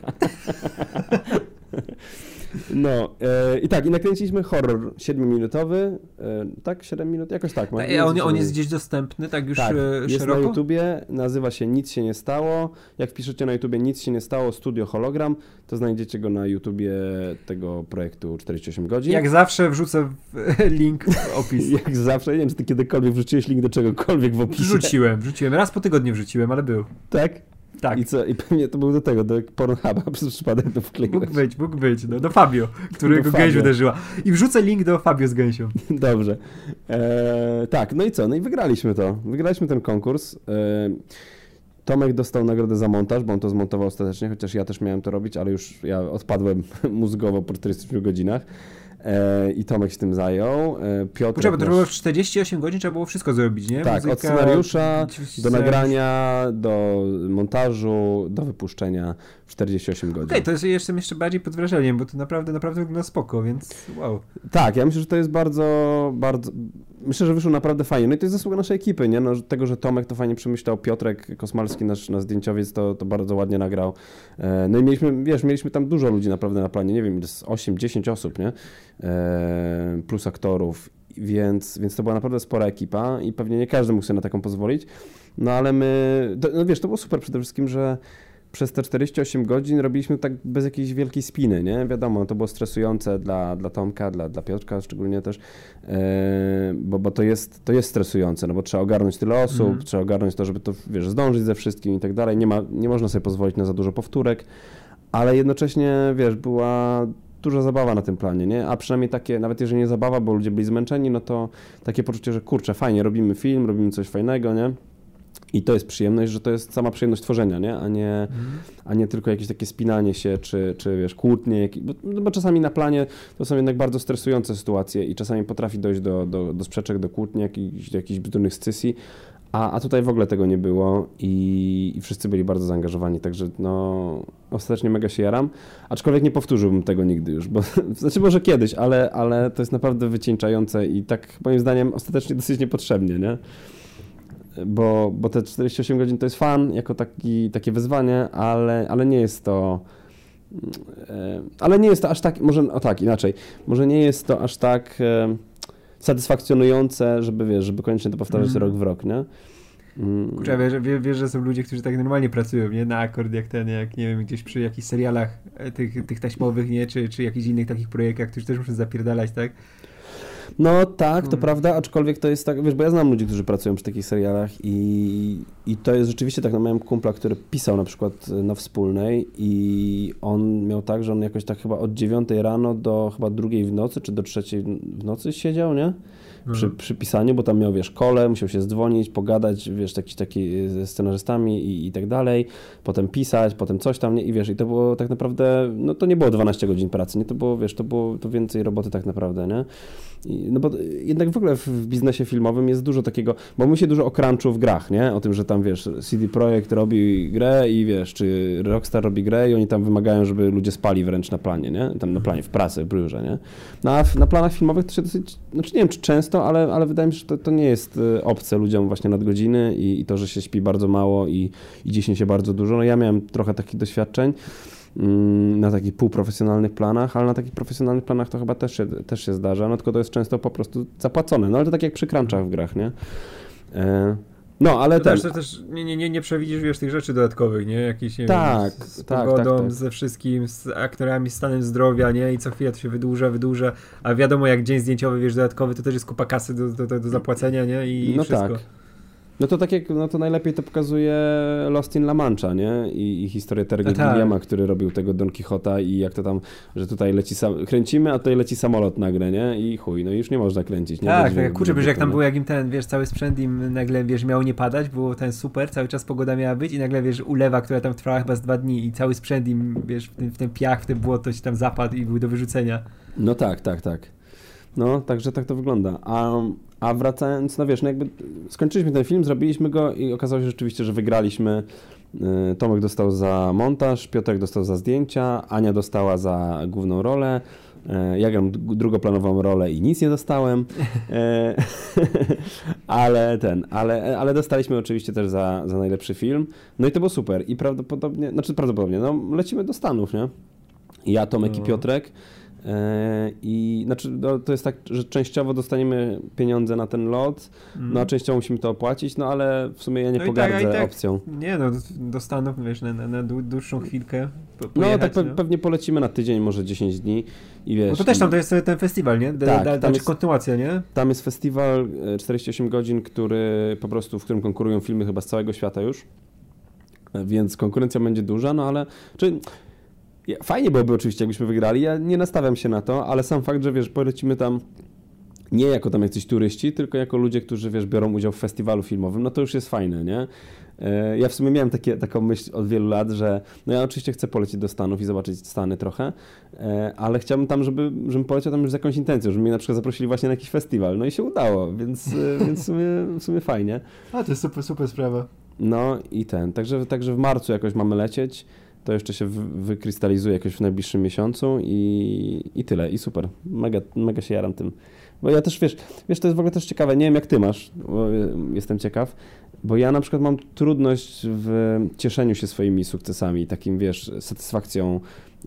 No e, i tak, i nakręciliśmy horror siedmiominutowy, e, tak? siedem minut? Jakoś tak. tak a on, on jest gdzieś dostępny, tak już tak, szeroko? Jest na YouTubie, nazywa się Nic się nie stało. Jak wpiszecie na YouTubie Nic się nie stało, Studio Hologram, to znajdziecie go na YouTubie tego projektu czterdzieści osiem godzin. Jak zawsze wrzucę link w opis. Jak zawsze, nie wiem, czy ty kiedykolwiek wrzuciłeś link do czegokolwiek w opisie. Wrzuciłem, wrzuciłem. Raz po tygodniu wrzuciłem, ale był. Tak? Tak. I co? I pewnie to był do tego, do Pornhuba, przez przypadek to wkleiłeś. Mógł być, mógł być, no, do Fabio, którego gęś uderzyła. I wrzucę link do Fabio z gęsią. Dobrze. Eee, tak, no i co? No i wygraliśmy to. Wygraliśmy ten konkurs. Eee, Tomek dostał nagrodę za montaż, bo on to zmontował ostatecznie, chociaż ja też miałem to robić, ale już ja odpadłem mózgowo po czterdziestu ośmiu godzinach. E, I Tomek się tym zajął. E, Piotr. Poczekaj, bo to było w czterdzieści osiem godzin, trzeba było wszystko zrobić, nie? Tak, Muzyka, od scenariusza do nagrania, do montażu, do wypuszczenia w czterdzieści osiem godzin. Okej, okay, to jest, jestem jeszcze bardziej pod wrażeniem, bo to naprawdę, naprawdę wygląda spoko, więc wow. Tak, ja myślę, że to jest bardzo, bardzo... Myślę, że wyszło naprawdę fajnie. No i to jest zasługa naszej ekipy, nie? No, tego, że Tomek to fajnie przemyślał, Piotrek Kosmalski, nasz, nasz zdjęciowiec, to, to bardzo ładnie nagrał. E, no i mieliśmy, wiesz, mieliśmy tam dużo ludzi naprawdę na planie, nie wiem, osiem dziesięć osób, nie? E, plus aktorów, więc, więc to była naprawdę spora ekipa i pewnie nie każdy mógł sobie na taką pozwolić. No ale my, to, no wiesz, to było super przede wszystkim, że przez te czterdzieści osiem godzin robiliśmy tak bez jakiejś wielkiej spiny, nie? Wiadomo, to było stresujące dla, dla Tomka, dla, dla Piotrka szczególnie też, yy, bo, bo to jest, to jest stresujące, no bo trzeba ogarnąć tyle osób, mm. trzeba ogarnąć to, żeby to, wiesz, zdążyć ze wszystkim i tak dalej. Nie ma, nie można sobie pozwolić na za dużo powtórek, ale jednocześnie, wiesz, była duża zabawa na tym planie, nie? A przynajmniej takie, nawet jeżeli nie zabawa, bo ludzie byli zmęczeni, no to takie poczucie, że kurczę, fajnie, robimy film, robimy coś fajnego, nie? I to jest przyjemność, że to jest sama przyjemność tworzenia, nie? A nie, mm. a nie tylko jakieś takie spinanie się, czy, czy wiesz, kłótnie, bo, bo czasami na planie to są jednak bardzo stresujące sytuacje i czasami potrafi dojść do, do, do sprzeczek, do kłótni, jakichś, do jakichś bzdurnych scysji, a, a tutaj w ogóle tego nie było i, i wszyscy byli bardzo zaangażowani, także no ostatecznie mega się jaram, aczkolwiek nie powtórzyłbym tego nigdy już, bo znaczy może kiedyś, ale, ale to jest naprawdę wycieńczające i tak moim zdaniem ostatecznie dosyć niepotrzebnie, nie? Bo, bo te czterdzieści osiem godzin to jest fan, jako taki, takie wyzwanie, ale, ale nie jest to e, ale nie jest to aż tak, może o tak, inaczej, może nie jest to aż tak e, satysfakcjonujące, żeby wiesz, żeby koniecznie to powtarzać mm. rok w rok, nie? Mm. Kurczę, wiesz, wiesz, wiesz, że są ludzie, którzy tak normalnie pracują, nie? Na akord jak ten, jak nie wiem, gdzieś przy jakichś serialach tych, tych taśmowych, nie? Czy, czy jakichś innych takich projektach, którzy też muszą zapierdalać, tak? No tak, to hmm. prawda, aczkolwiek to jest tak, wiesz, bo ja znam ludzi, którzy pracują przy takich serialach i, i to jest rzeczywiście tak, no miałem kumpla, który pisał na przykład na Wspólnej i on miał tak, że on jakoś tak chyba od dziewiątej rano do chyba drugiej w nocy, czy do trzeciej w nocy siedział, nie? Przy, hmm. przy pisaniu, bo tam miał, wiesz, kole, musiał się zdzwonić, pogadać, wiesz, taki, taki ze scenarzystami i, i tak dalej, potem pisać, potem coś tam, nie? I wiesz, i to było tak naprawdę, no to nie było dwanaście godzin pracy, nie? To było, wiesz, to było to więcej roboty tak naprawdę, nie? I, no bo jednak w ogóle w biznesie filmowym jest dużo takiego, bo mówi się dużo o crunchu w grach, nie? O tym, że tam, wiesz, C D Projekt robi grę i wiesz, czy Rockstar robi grę i oni tam wymagają, żeby ludzie spali wręcz na planie, nie? Tam na planie, w pracy, w biurze, nie? No a w, na planach filmowych to się dosyć, znaczy nie wiem, czy często, ale, ale wydaje mi się, że to, to nie jest obce ludziom właśnie nadgodziny i, i to, że się śpi bardzo mało i, i dziśnie się bardzo dużo. No ja miałem trochę takich doświadczeń na takich półprofesjonalnych planach, ale na takich profesjonalnych planach to chyba też się, też się zdarza, no tylko to jest często po prostu zapłacone, no ale to tak jak przy crunchach w grach, nie? E, no, ale to ten... też, to też nie, nie, nie przewidzisz, wiesz, tych rzeczy dodatkowych, nie? Jakieś, nie tak, wiem, z, z tak, pogodą, tak, tak. ze wszystkim, z aktorami, z stanem zdrowia, nie? I co chwilę to się wydłuża, wydłuża, a wiadomo, jak dzień zdjęciowy, wiesz, dodatkowy, to też jest kupa kasy do, do, do, do zapłacenia, nie? I no wszystko. Tak. No to tak jak, no to najlepiej to pokazuje Lost in La Mancha, nie? I, i historię Terry'ego tak. Gilliama, który robił tego Don Quixota i jak to tam, że tutaj leci sam, kręcimy, a tutaj leci samolot nagle, nie? I chuj, no już nie można kręcić. Nie? Tak, tak, kurczę, wiesz, jak tam było, jak im ten, wiesz, cały sprzęt im nagle, wiesz, miał nie padać, było ten super, cały czas pogoda miała być i nagle, wiesz, ulewa, która tam trwała chyba z dwa dni i cały sprzęt im, wiesz, w ten, w ten piach, w ten błoto się tam zapadł i był do wyrzucenia. No tak, tak, tak. No, także tak to wygląda. A, a wracając, no wiesz, no jakby skończyliśmy ten film, zrobiliśmy go i okazało się rzeczywiście, że wygraliśmy. Tomek dostał za montaż, Piotrek dostał za zdjęcia, Ania dostała za główną rolę, ja gram drugoplanową rolę i nic nie dostałem, ale ten, ale, ale dostaliśmy oczywiście też za, za najlepszy film. No i to było super i prawdopodobnie, znaczy prawdopodobnie, no lecimy do Stanów, nie? Ja, Tomek i Piotrek. I znaczy no, to jest tak, że częściowo dostaniemy pieniądze na ten lot, mm. no a częściowo musimy to opłacić, no ale w sumie ja nie no pogardzę tak, tak, opcją. Nie no, do Stanów, wiesz, na, na dłuższą chwilkę pojechać, no tak pe- no. pewnie polecimy na tydzień, może dziesięć dni i wiesz. No to też tam to jest ten festiwal, nie? Da, tak, da, tam jest kontynuacja, nie? Tam jest festiwal czterdzieści osiem godzin, który po prostu, w którym konkurują filmy chyba z całego świata już, więc konkurencja będzie duża, no ale czy fajnie byłoby oczywiście, jakbyśmy wygrali, ja nie nastawiam się na to, ale sam fakt, że wiesz, polecimy tam nie jako tam jacyś turyści, tylko jako ludzie, którzy wiesz, biorą udział w festiwalu filmowym, no to już jest fajne, nie? Ja w sumie miałem takie, taką myśl od wielu lat, że no ja oczywiście chcę polecieć do Stanów i zobaczyć Stany trochę, ale chciałbym tam, żeby, żebym poleciał tam już z jakąś intencją, żeby mnie na przykład zaprosili właśnie na jakiś festiwal, no i się udało, więc, więc w, sumie, w sumie fajnie. A, to jest super, super sprawa. No i ten, także, także w marcu jakoś mamy lecieć. To jeszcze się wykrystalizuje jakoś w najbliższym miesiącu i, i tyle, i super. Mega, mega się jaram tym. Bo ja też, wiesz, wiesz, to jest w ogóle też ciekawe, nie wiem jak ty masz, bo jestem ciekaw, bo ja na przykład mam trudność w cieszeniu się swoimi sukcesami, takim, wiesz, satysfakcją,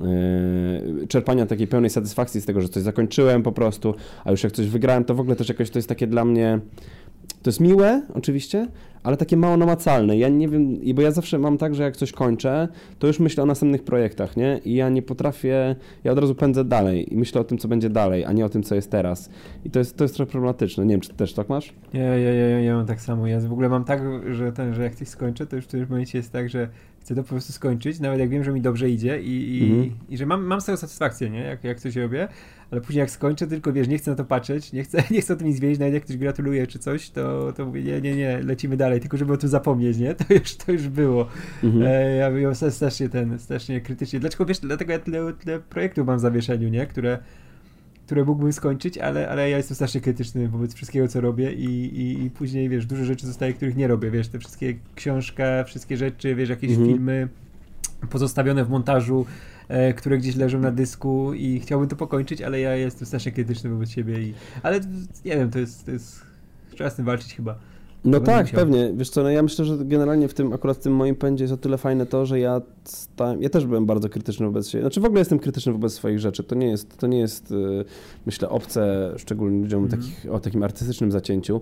yy, czerpania takiej pełnej satysfakcji z tego, że coś zakończyłem po prostu, a już jak coś wygrałem, to w ogóle też jakoś to jest takie dla mnie... To jest miłe, oczywiście, ale takie mało namacalne. Ja nie wiem, bo ja zawsze mam tak, że jak coś kończę, to już myślę o następnych projektach, nie? I ja nie potrafię, ja od razu pędzę dalej i myślę o tym, co będzie dalej, a nie o tym, co jest teraz. I to jest, to jest trochę problematyczne. Nie wiem, czy ty też tak masz? Ja, ja, ja, ja mam tak samo. Ja w ogóle mam tak, że ten, że jak coś skończę, to już w tym momencie jest tak, że chcę to po prostu skończyć, nawet jak wiem, że mi dobrze idzie i, i, mhm. i że mam, mam z tego satysfakcję, nie? Jak, jak coś robię, ale później jak skończę, tylko wiesz, nie chcę na to patrzeć, nie chcę, nie chcę o tym nic wiedzieć, nawet jak ktoś gratuluje czy coś, to, to mówię, nie, nie, nie, lecimy dalej, tylko żeby o tym zapomnieć, nie? To już, to już było. Mhm. E, ja byłem strasznie ten, strasznie krytycznie. Dlaczego, wiesz, dlatego ja tyle, tyle projektów mam w zawieszeniu, nie? Które które mógłbym skończyć, ale, ale ja jestem strasznie krytyczny wobec wszystkiego, co robię i, i, i później, wiesz, dużo rzeczy zostaje, których nie robię, wiesz, te wszystkie książka, wszystkie rzeczy, wiesz, jakieś mhm. filmy pozostawione w montażu, e, które gdzieś leżą na dysku i chciałbym to pokończyć, ale ja jestem strasznie krytyczny wobec siebie i, ale nie wiem, to jest, to jest trzeba z tym walczyć chyba. No tak, pewnie. Wiesz co, no ja myślę, że generalnie w tym, akurat w tym moim pędzie jest o tyle fajne to, że ja stałem, ja też byłem bardzo krytyczny wobec siebie. Znaczy w ogóle jestem krytyczny wobec swoich rzeczy. To nie jest, to nie jest myślę, obce szczególnie ludziom mm. takich, o takim artystycznym zacięciu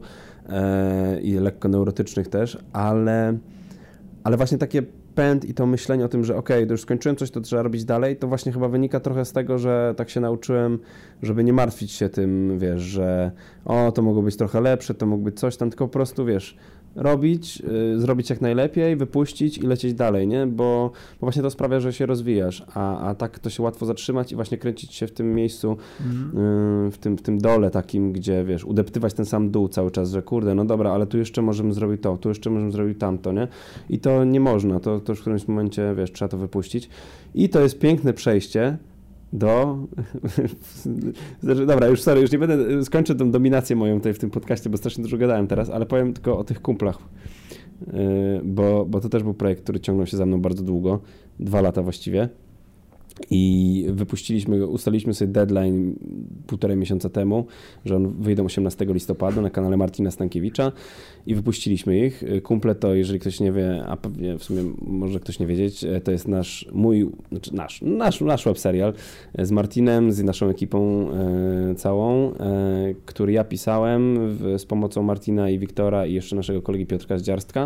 e, i lekko neurotycznych też, ale, ale właśnie takie pęd i to myślenie o tym, że okej, okay, to już skończyłem coś, to trzeba robić dalej, to właśnie chyba wynika trochę z tego, że tak się nauczyłem, żeby nie martwić się tym, wiesz, że o, to mogło być trochę lepsze, to mogło być coś tam, tylko po prostu, wiesz, robić, yy, zrobić jak najlepiej, wypuścić i lecieć dalej, nie? Bo, bo właśnie to sprawia, że się rozwijasz, a, a tak to się łatwo zatrzymać i właśnie kręcić się w tym miejscu, mm. yy, w, tym, w tym dole takim, gdzie, wiesz, udeptywać ten sam dół cały czas, że kurde, no dobra, ale tu jeszcze możemy zrobić to, tu jeszcze możemy zrobić tamto, nie? I to nie można, to, to już w którymś momencie, wiesz, trzeba to wypuścić. I to jest piękne przejście do... Dobra, już sorry, już nie będę... Skończę tą dominację moją tutaj w tym podcaście, bo strasznie dużo gadałem teraz, ale powiem tylko o tych kumplach, bo, bo to też był projekt, który ciągnął się za mną bardzo długo, dwa lata właściwie. I wypuściliśmy go, ustaliliśmy sobie deadline półtorej miesiąca temu, że on wyjdą osiemnastego listopada na kanale Martina Stankiewicza i wypuściliśmy ich. Kumple to, jeżeli ktoś nie wie, a pewnie w sumie może ktoś nie wiedzieć, to jest nasz, mój, znaczy nasz, nasz, nasz web serial z Martinem, z naszą ekipą e, całą, e, który ja pisałem w, z pomocą Martina i Wiktora i jeszcze naszego kolegi Piotrka Zdziarstka.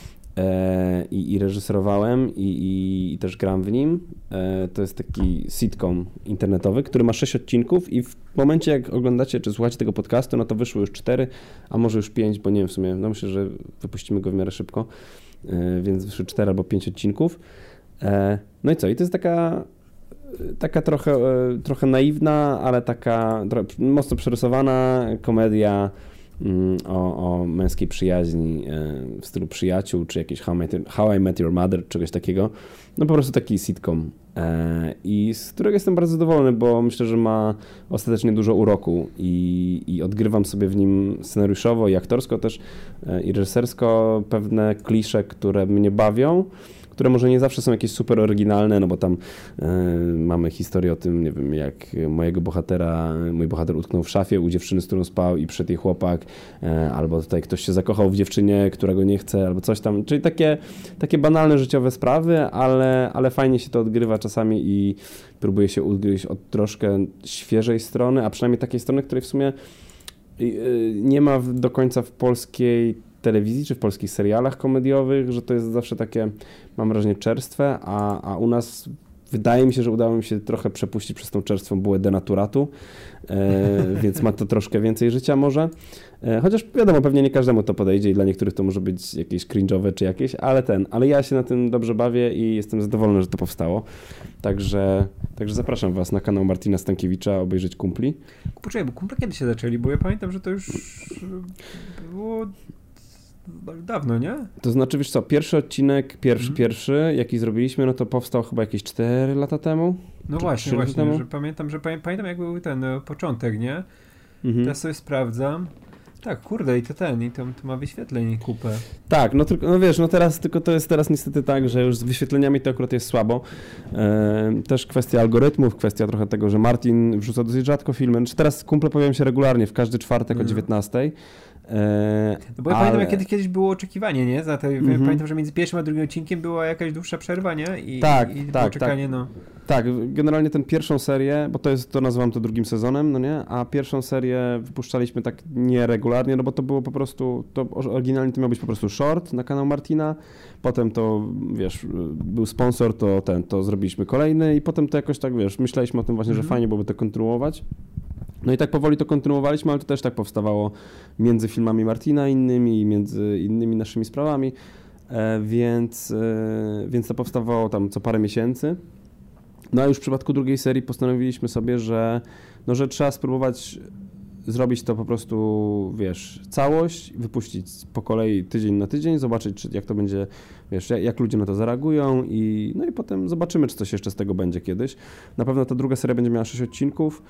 E, i, i reżyserowałem i, i, i też gram w nim. E, to jest taki sitcom internetowy, który ma sześć odcinków i w momencie jak oglądacie czy słuchacie tego podcastu, no to wyszło już cztery, a może już pięć, bo nie wiem w sumie, no myślę, że wypuścimy go w miarę szybko, e, więc wyszły cztery albo pięć odcinków. E, no i co? I to jest taka taka trochę, e, trochę naiwna, ale taka trochę mocno przerysowana komedia O, o męskiej przyjaźni w stylu Przyjaciół, czy jakieś How, Met, How I Met Your Mother, czegoś takiego. No po prostu taki sitcom. I z którego jestem bardzo zadowolony, bo myślę, że ma ostatecznie dużo uroku i, i odgrywam sobie w nim scenariuszowo i aktorsko też i reżysersko pewne klisze, które mnie bawią, które może nie zawsze są jakieś super oryginalne, no bo tam y, mamy historię o tym, nie wiem, jak mojego bohatera, mój bohater utknął w szafie u dziewczyny, z którą spał i przyszedł jej chłopak, y, albo tutaj ktoś się zakochał w dziewczynie, która go nie chce, albo coś tam, czyli takie, takie banalne życiowe sprawy, ale, ale fajnie się to odgrywa czasami i próbuje się ugryźć od troszkę świeżej strony, a przynajmniej takiej strony, której w sumie y, nie ma do końca w polskiej telewizji, czy w polskich serialach komediowych, że to jest zawsze takie, mam wrażenie, czerstwe, a, a u nas wydaje mi się, że udało mi się trochę przepuścić przez tą czerstwą bułę denaturatu, e, więc ma to troszkę więcej życia może. E, chociaż wiadomo, pewnie nie każdemu to podejdzie i dla niektórych to może być jakieś cringe'owe czy jakieś, ale ten, ale ja się na tym dobrze bawię i jestem zadowolony, że to powstało. Także, także zapraszam was na kanał Martina Stankiewicza obejrzeć Kumpli. Poczekaj, bo Kumple kiedy się zaczęli? Bo ja pamiętam, że to już było dawno, nie? To znaczy, wiesz co, pierwszy odcinek, pierwszy, mm. pierwszy, jaki zrobiliśmy, no to powstał chyba jakieś cztery lata temu. No właśnie, właśnie, że pamiętam, że pamię, pamiętam jak był ten no, początek, nie? Mm-hmm. Teraz sobie sprawdzam. Tak, kurde, i to ten, i to, to ma wyświetleń kupę. Tak, no tylko, no wiesz, no teraz, tylko to jest teraz niestety tak, że już z wyświetleniami to akurat jest słabo. E, też kwestia algorytmów, kwestia trochę tego, że Martin wrzuca dosyć rzadko filmy. Znaczy teraz Kumple pojawiają się regularnie, w każdy czwartek mm. o dziewiętnastej. Eee, no bo ja ale... pamiętam, jak kiedyś, kiedyś było oczekiwanie, nie? Za to, mm-hmm. Pamiętam, że między pierwszym a drugim odcinkiem była jakaś dłuższa przerwa, nie? I, tak, i tak, czekanie, tak. no. Tak, generalnie tę pierwszą serię, bo to jest, to nazywam to drugim sezonem, no nie? A pierwszą serię wypuszczaliśmy tak nieregularnie, no bo to było po prostu, to oryginalnie to miał być po prostu short na kanał Martina, potem to, wiesz, był sponsor, to ten, to zrobiliśmy kolejny i potem to jakoś tak, wiesz, myśleliśmy o tym właśnie, mm-hmm. że fajnie byłoby to kontynuować. No i tak powoli to kontynuowaliśmy, ale to też tak powstawało między filmami Martina innymi i między innymi naszymi sprawami, e, więc, e, więc to powstawało tam co parę miesięcy. No a już w przypadku drugiej serii postanowiliśmy sobie, że, no, że trzeba spróbować zrobić to po prostu, wiesz, całość, wypuścić po kolei tydzień na tydzień, zobaczyć, czy, jak to będzie, wiesz, jak, jak ludzie na to zareagują i no i potem zobaczymy, czy coś jeszcze z tego będzie kiedyś. Na pewno ta druga seria będzie miała sześć odcinków.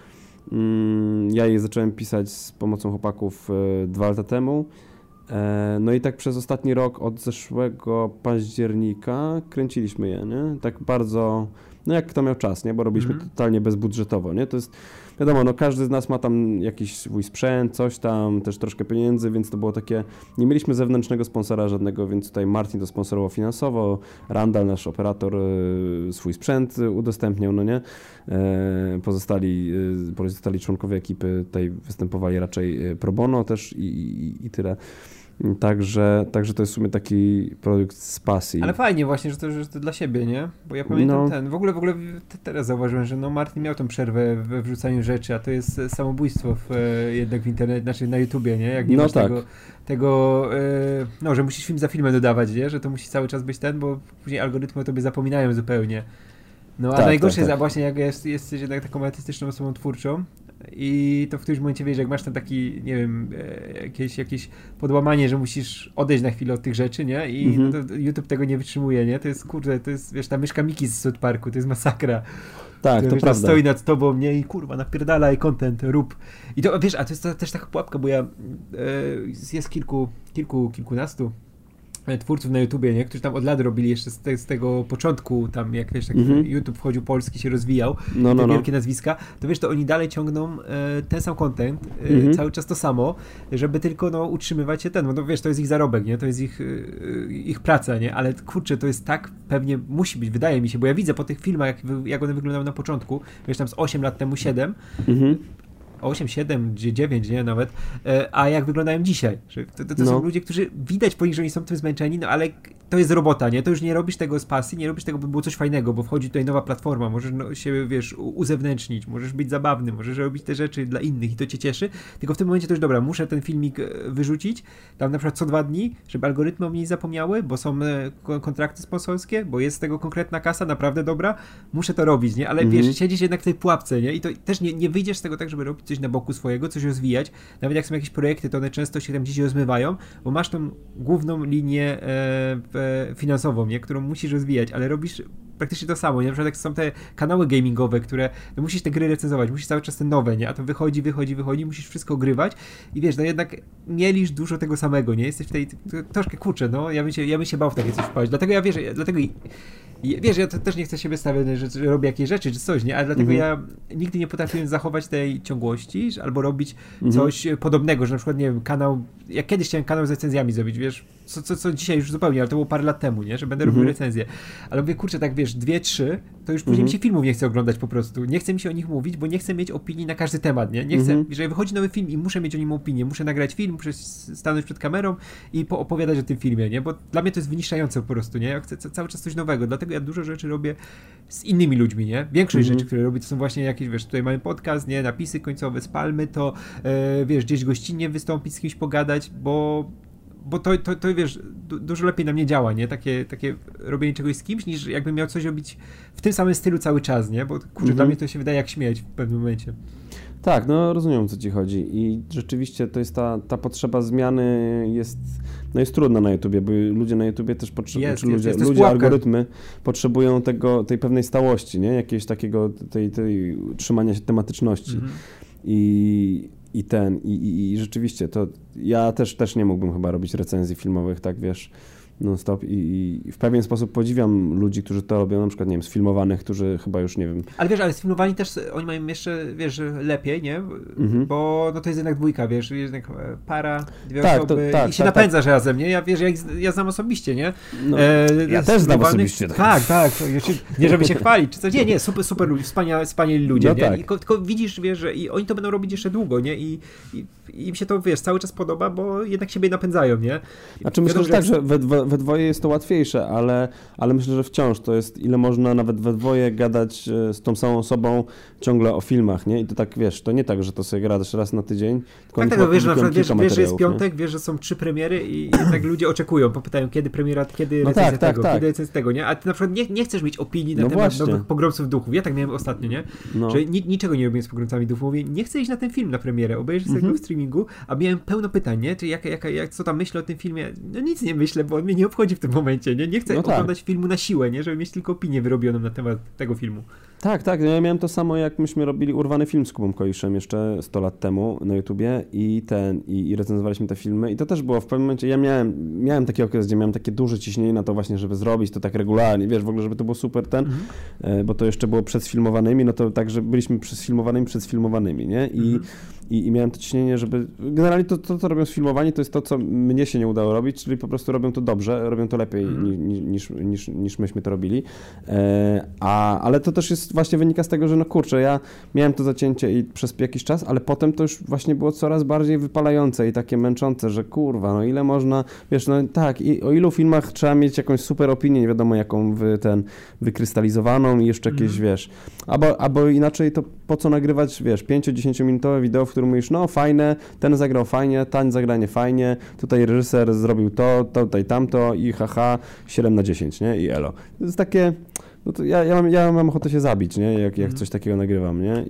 Ja je zacząłem pisać z pomocą chłopaków dwa lata temu. No i tak przez ostatni rok, od zeszłego października kręciliśmy je, nie? Tak bardzo, no jak kto miał czas, nie? Bo robiliśmy mm. totalnie bezbudżetowo, nie? To jest, wiadomo, no każdy z nas ma tam jakiś swój sprzęt, coś tam, też troszkę pieniędzy, więc to było takie, nie mieliśmy zewnętrznego sponsora żadnego, więc tutaj Martin to sponsorował finansowo, Randall, nasz operator, swój sprzęt udostępniał, no nie? Pozostali, pozostali członkowie ekipy tutaj występowali raczej pro bono też i, i, i tyle. Także, także to jest w sumie taki produkt z pasji. Ale fajnie właśnie, że to, że to dla siebie, nie? Bo ja pamiętam no. ten, w ogóle w ogóle teraz zauważyłem, że no Martin miał tą przerwę we wrzucaniu rzeczy, a to jest samobójstwo w, jednak w internecie, znaczy na YouTubie, nie? Jak nie no masz tak. tego, tego no, że musisz film za filmem dodawać, nie? Że to musi cały czas być ten, bo później algorytmy o tobie zapominają zupełnie. No a tak, najgorsze tak, jest tak. właśnie jak jest, jesteś jednak taką artystyczną osobą twórczą, i to w którymś momencie, wiesz, jak masz ten taki, nie wiem, jakieś, jakieś podłamanie, że musisz odejść na chwilę od tych rzeczy, nie? I mhm. no to YouTube tego nie wytrzymuje, nie? To jest, kurde, to jest, wiesz, ta myszka Miki z South Parku, to jest masakra. Tak, to wiesz, prawda. Stoi nad tobą, nie? I kurwa, napierdalaj content, rób. I to, wiesz, a to jest to, też taka pułapka, bo ja e, jest kilku, kilku, kilkunastu twórców na YouTubie, nie? Którzy tam od lat robili jeszcze z, te, z tego początku, tam jak wiesz, tak mm-hmm. YouTube wchodził polski, się rozwijał, no, no, te wielkie no. nazwiska, to wiesz, to oni dalej ciągną e, ten sam content, e, mm-hmm. cały czas to samo, żeby tylko no, utrzymywać się ten, bo no, wiesz, to jest ich zarobek, nie? To jest ich, e, ich praca, nie? Ale kurczę, to jest tak, pewnie musi być, wydaje mi się, bo ja widzę po tych filmach, jak, jak one wyglądały na początku, wiesz, tam z osiem lat temu, siedem, mm-hmm. osiem, siedem, dziewięć, nie, nawet, a jak wyglądają dzisiaj. Że to to, to no. są ludzie, którzy widać po nich, że oni są tym zmęczeni, no ale to jest robota, nie? To już nie robisz tego z pasji, nie robisz tego, by było coś fajnego, bo wchodzi tutaj nowa platforma, możesz no, się, wiesz, uzewnętrznić, możesz być zabawny, możesz robić te rzeczy dla innych i to cię cieszy, tylko w tym momencie to już dobra, muszę ten filmik wyrzucić, tam na przykład co dwa dni, żeby algorytmy o mnie nie zapomniały, bo są kontrakty sponsorskie, bo jest z tego konkretna kasa, naprawdę dobra, muszę to robić, nie? Ale mhm. wiesz, siedzisz jednak w tej pułapce, nie? I to też nie, nie wyjdziesz z tego tak, żeby robić coś na boku swojego, coś rozwijać. Nawet jak są jakieś projekty, to one często się tam gdzieś rozmywają, bo masz tą główną linię e, finansową, nie? Którą musisz rozwijać, ale robisz praktycznie to samo, nie? Na przykład jak są te kanały gamingowe, które, no musisz te gry recenzować, musisz cały czas te nowe, nie? A to wychodzi, wychodzi, wychodzi, musisz wszystko grywać i wiesz, no jednak mielisz dużo tego samego, nie? Jesteś w tej, troszkę kurczę, no, ja bym się, ja bym się bał w takie coś wpaść, dlatego ja wiesz, dlatego i, i, wiesz, ja też nie chcę się wystawiać, że, że robię jakieś rzeczy, czy coś, nie? Ale dlatego mhm. ja nigdy nie potrafiłem zachować tej ciągłości, albo robić mhm. coś podobnego, że na przykład, nie wiem, kanał, jak kiedyś chciałem kanał z recenzjami zrobić, wiesz, co, co, co dzisiaj już zupełnie, ale to było parę lat temu, nie? Że będę mhm. robił recenzję, ale mówię, kurczę, tak wiesz, dwie, trzy, to już później mhm. mi się filmów nie chce oglądać po prostu. Nie chce mi się o nich mówić, bo nie chcę mieć opinii na każdy temat, nie? Nie chcę, mhm. jeżeli wychodzi nowy film i muszę mieć o nim opinię, muszę nagrać film, muszę stanąć przed kamerą i opowiadać o tym filmie, nie? Bo dla mnie to jest wyniszczające po prostu, nie? Ja chcę cały czas coś nowego, dlatego ja dużo rzeczy robię z innymi ludźmi, nie? Większość mhm. rzeczy, które robię, to są właśnie jakieś, wiesz, tutaj mamy podcast, nie? Napisy końcowe, spalmy to, e, wiesz, gdzieś gościnnie wystąpić, z kimś pogadać, bo Bo to, to, to wiesz, du- dużo lepiej na mnie działa, nie? Takie, takie robienie czegoś z kimś, niż jakbym miał coś robić w tym samym stylu cały czas, nie? Bo kurczę, mhm. dla mnie to się wydaje jak śmieć w pewnym momencie. Tak, no rozumiem, o co ci chodzi i rzeczywiście to jest ta, ta potrzeba zmiany jest, no jest trudna na YouTubie, bo ludzie na YouTubie też potrzebują, czy ludzie, jest, ludzie algorytmy potrzebują tego, tej pewnej stałości, nie? Jakiegoś takiego, tej, tej trzymania się tematyczności mhm. i I ten, i, i, i rzeczywiście, to ja też, też nie mógłbym chyba robić recenzji filmowych, tak wiesz, non-stop i, i w pewien sposób podziwiam ludzi, którzy to robią, na przykład, nie wiem, sfilmowanych, którzy chyba już, nie wiem... Ale wiesz, ale sfilmowani też, oni mają jeszcze, wiesz, lepiej, nie? Mhm. Bo no to jest jednak dwójka, wiesz, jednak para, dwie tak, osoby to, tak, i się tak, napędzasz tak. razem, nie? Ja wiesz, ja, ja znam osobiście, nie? No, e, ja też znam osobiście. Tak, tak, tak to, nie żeby się chwalić, czy coś, nie, nie, super, super ludzie, wspania, wspaniali ludzie, no nie? Tak. I, tylko widzisz, wiesz, że i oni to będą robić jeszcze długo, nie? I, i, i im się to, wiesz, cały czas podoba, bo jednak siebie napędzają, nie? I znaczy myślę, że tak, że we, we, we dwoje jest to łatwiejsze, ale, ale myślę, że wciąż to jest, ile można nawet we dwoje gadać z tą samą osobą ciągle o filmach, nie? I to tak, wiesz, to nie tak, że to sobie gadasz raz na tydzień, tylko tak, tak, no, wiesz, na przykład, wiesz, wiesz, że jest piątek, nie? Wiesz, że są trzy premiery i jednak ludzie oczekują, popytają, kiedy premiera, kiedy no recenzja tak, tego, tak, kiedy recenzja tego, nie? A ty na przykład nie, nie chcesz mieć opinii na no temat właśnie. Nowych pogromców duchów. Ja tak miałem ostatnio, nie? No. Że ni- niczego nie robiłem z pogromcami duchów. Mówię, nie chcę iść na ten film na premierę, obejrzeć sobie mm-hmm. go w streamingu, a miałem pełno pytań, nie? Czy jak, jak, jak, co tam myślę o tym filmie? No nic nie myślę, bo on mnie nie obchodzi w tym momencie, nie? Nie chcę no oglądać tak. filmu na siłę, nie? Żeby mieć tylko opinię wyrobioną na temat tego filmu. Tak, tak. Ja miałem to samo, jak myśmy robili Urwany film z Kubą Koiszem jeszcze sto lat temu na YouTubie i ten, i, i recenzowaliśmy te filmy i to też było w pewnym momencie, ja miałem, miałem taki okres, gdzie miałem takie duże ciśnienie na to właśnie, żeby zrobić to tak regularnie, wiesz, w ogóle, żeby to było super ten, mhm. e, bo to jeszcze było przed sfilmowanymi, no to tak, że byliśmy przed sfilmowanymi, przed sfilmowanymi, nie? I, mhm. i, i miałem to ciśnienie, żeby, generalnie to, to, co robią sfilmowani, to jest to, co mnie się nie udało robić, czyli po prostu robią to dobrze, robią to lepiej mhm. niż, niż, niż, niż myśmy to robili, e, a, ale to też jest właśnie wynika z tego, że no kurczę, ja miałem to zacięcie i przez jakiś czas, ale potem to już właśnie było coraz bardziej wypalające i takie męczące, że kurwa, no ile można, wiesz, no tak, i o ilu filmach trzeba mieć jakąś super opinię, nie wiadomo jaką wy, ten wykrystalizowaną i jeszcze jakieś, mm. wiesz, albo, albo inaczej to po co nagrywać, wiesz, pięcio-dziesięciominutowe wideo, w którym mówisz, no fajne, ten zagrał fajnie, ten zagranie fajnie, tutaj reżyser zrobił to, to tutaj tamto i haha, siedem na dziesięć, nie, i elo. To jest takie... no to ja, ja, mam, ja mam ochotę się zabić, nie? Jak, jak Mm. coś takiego nagrywam, nie?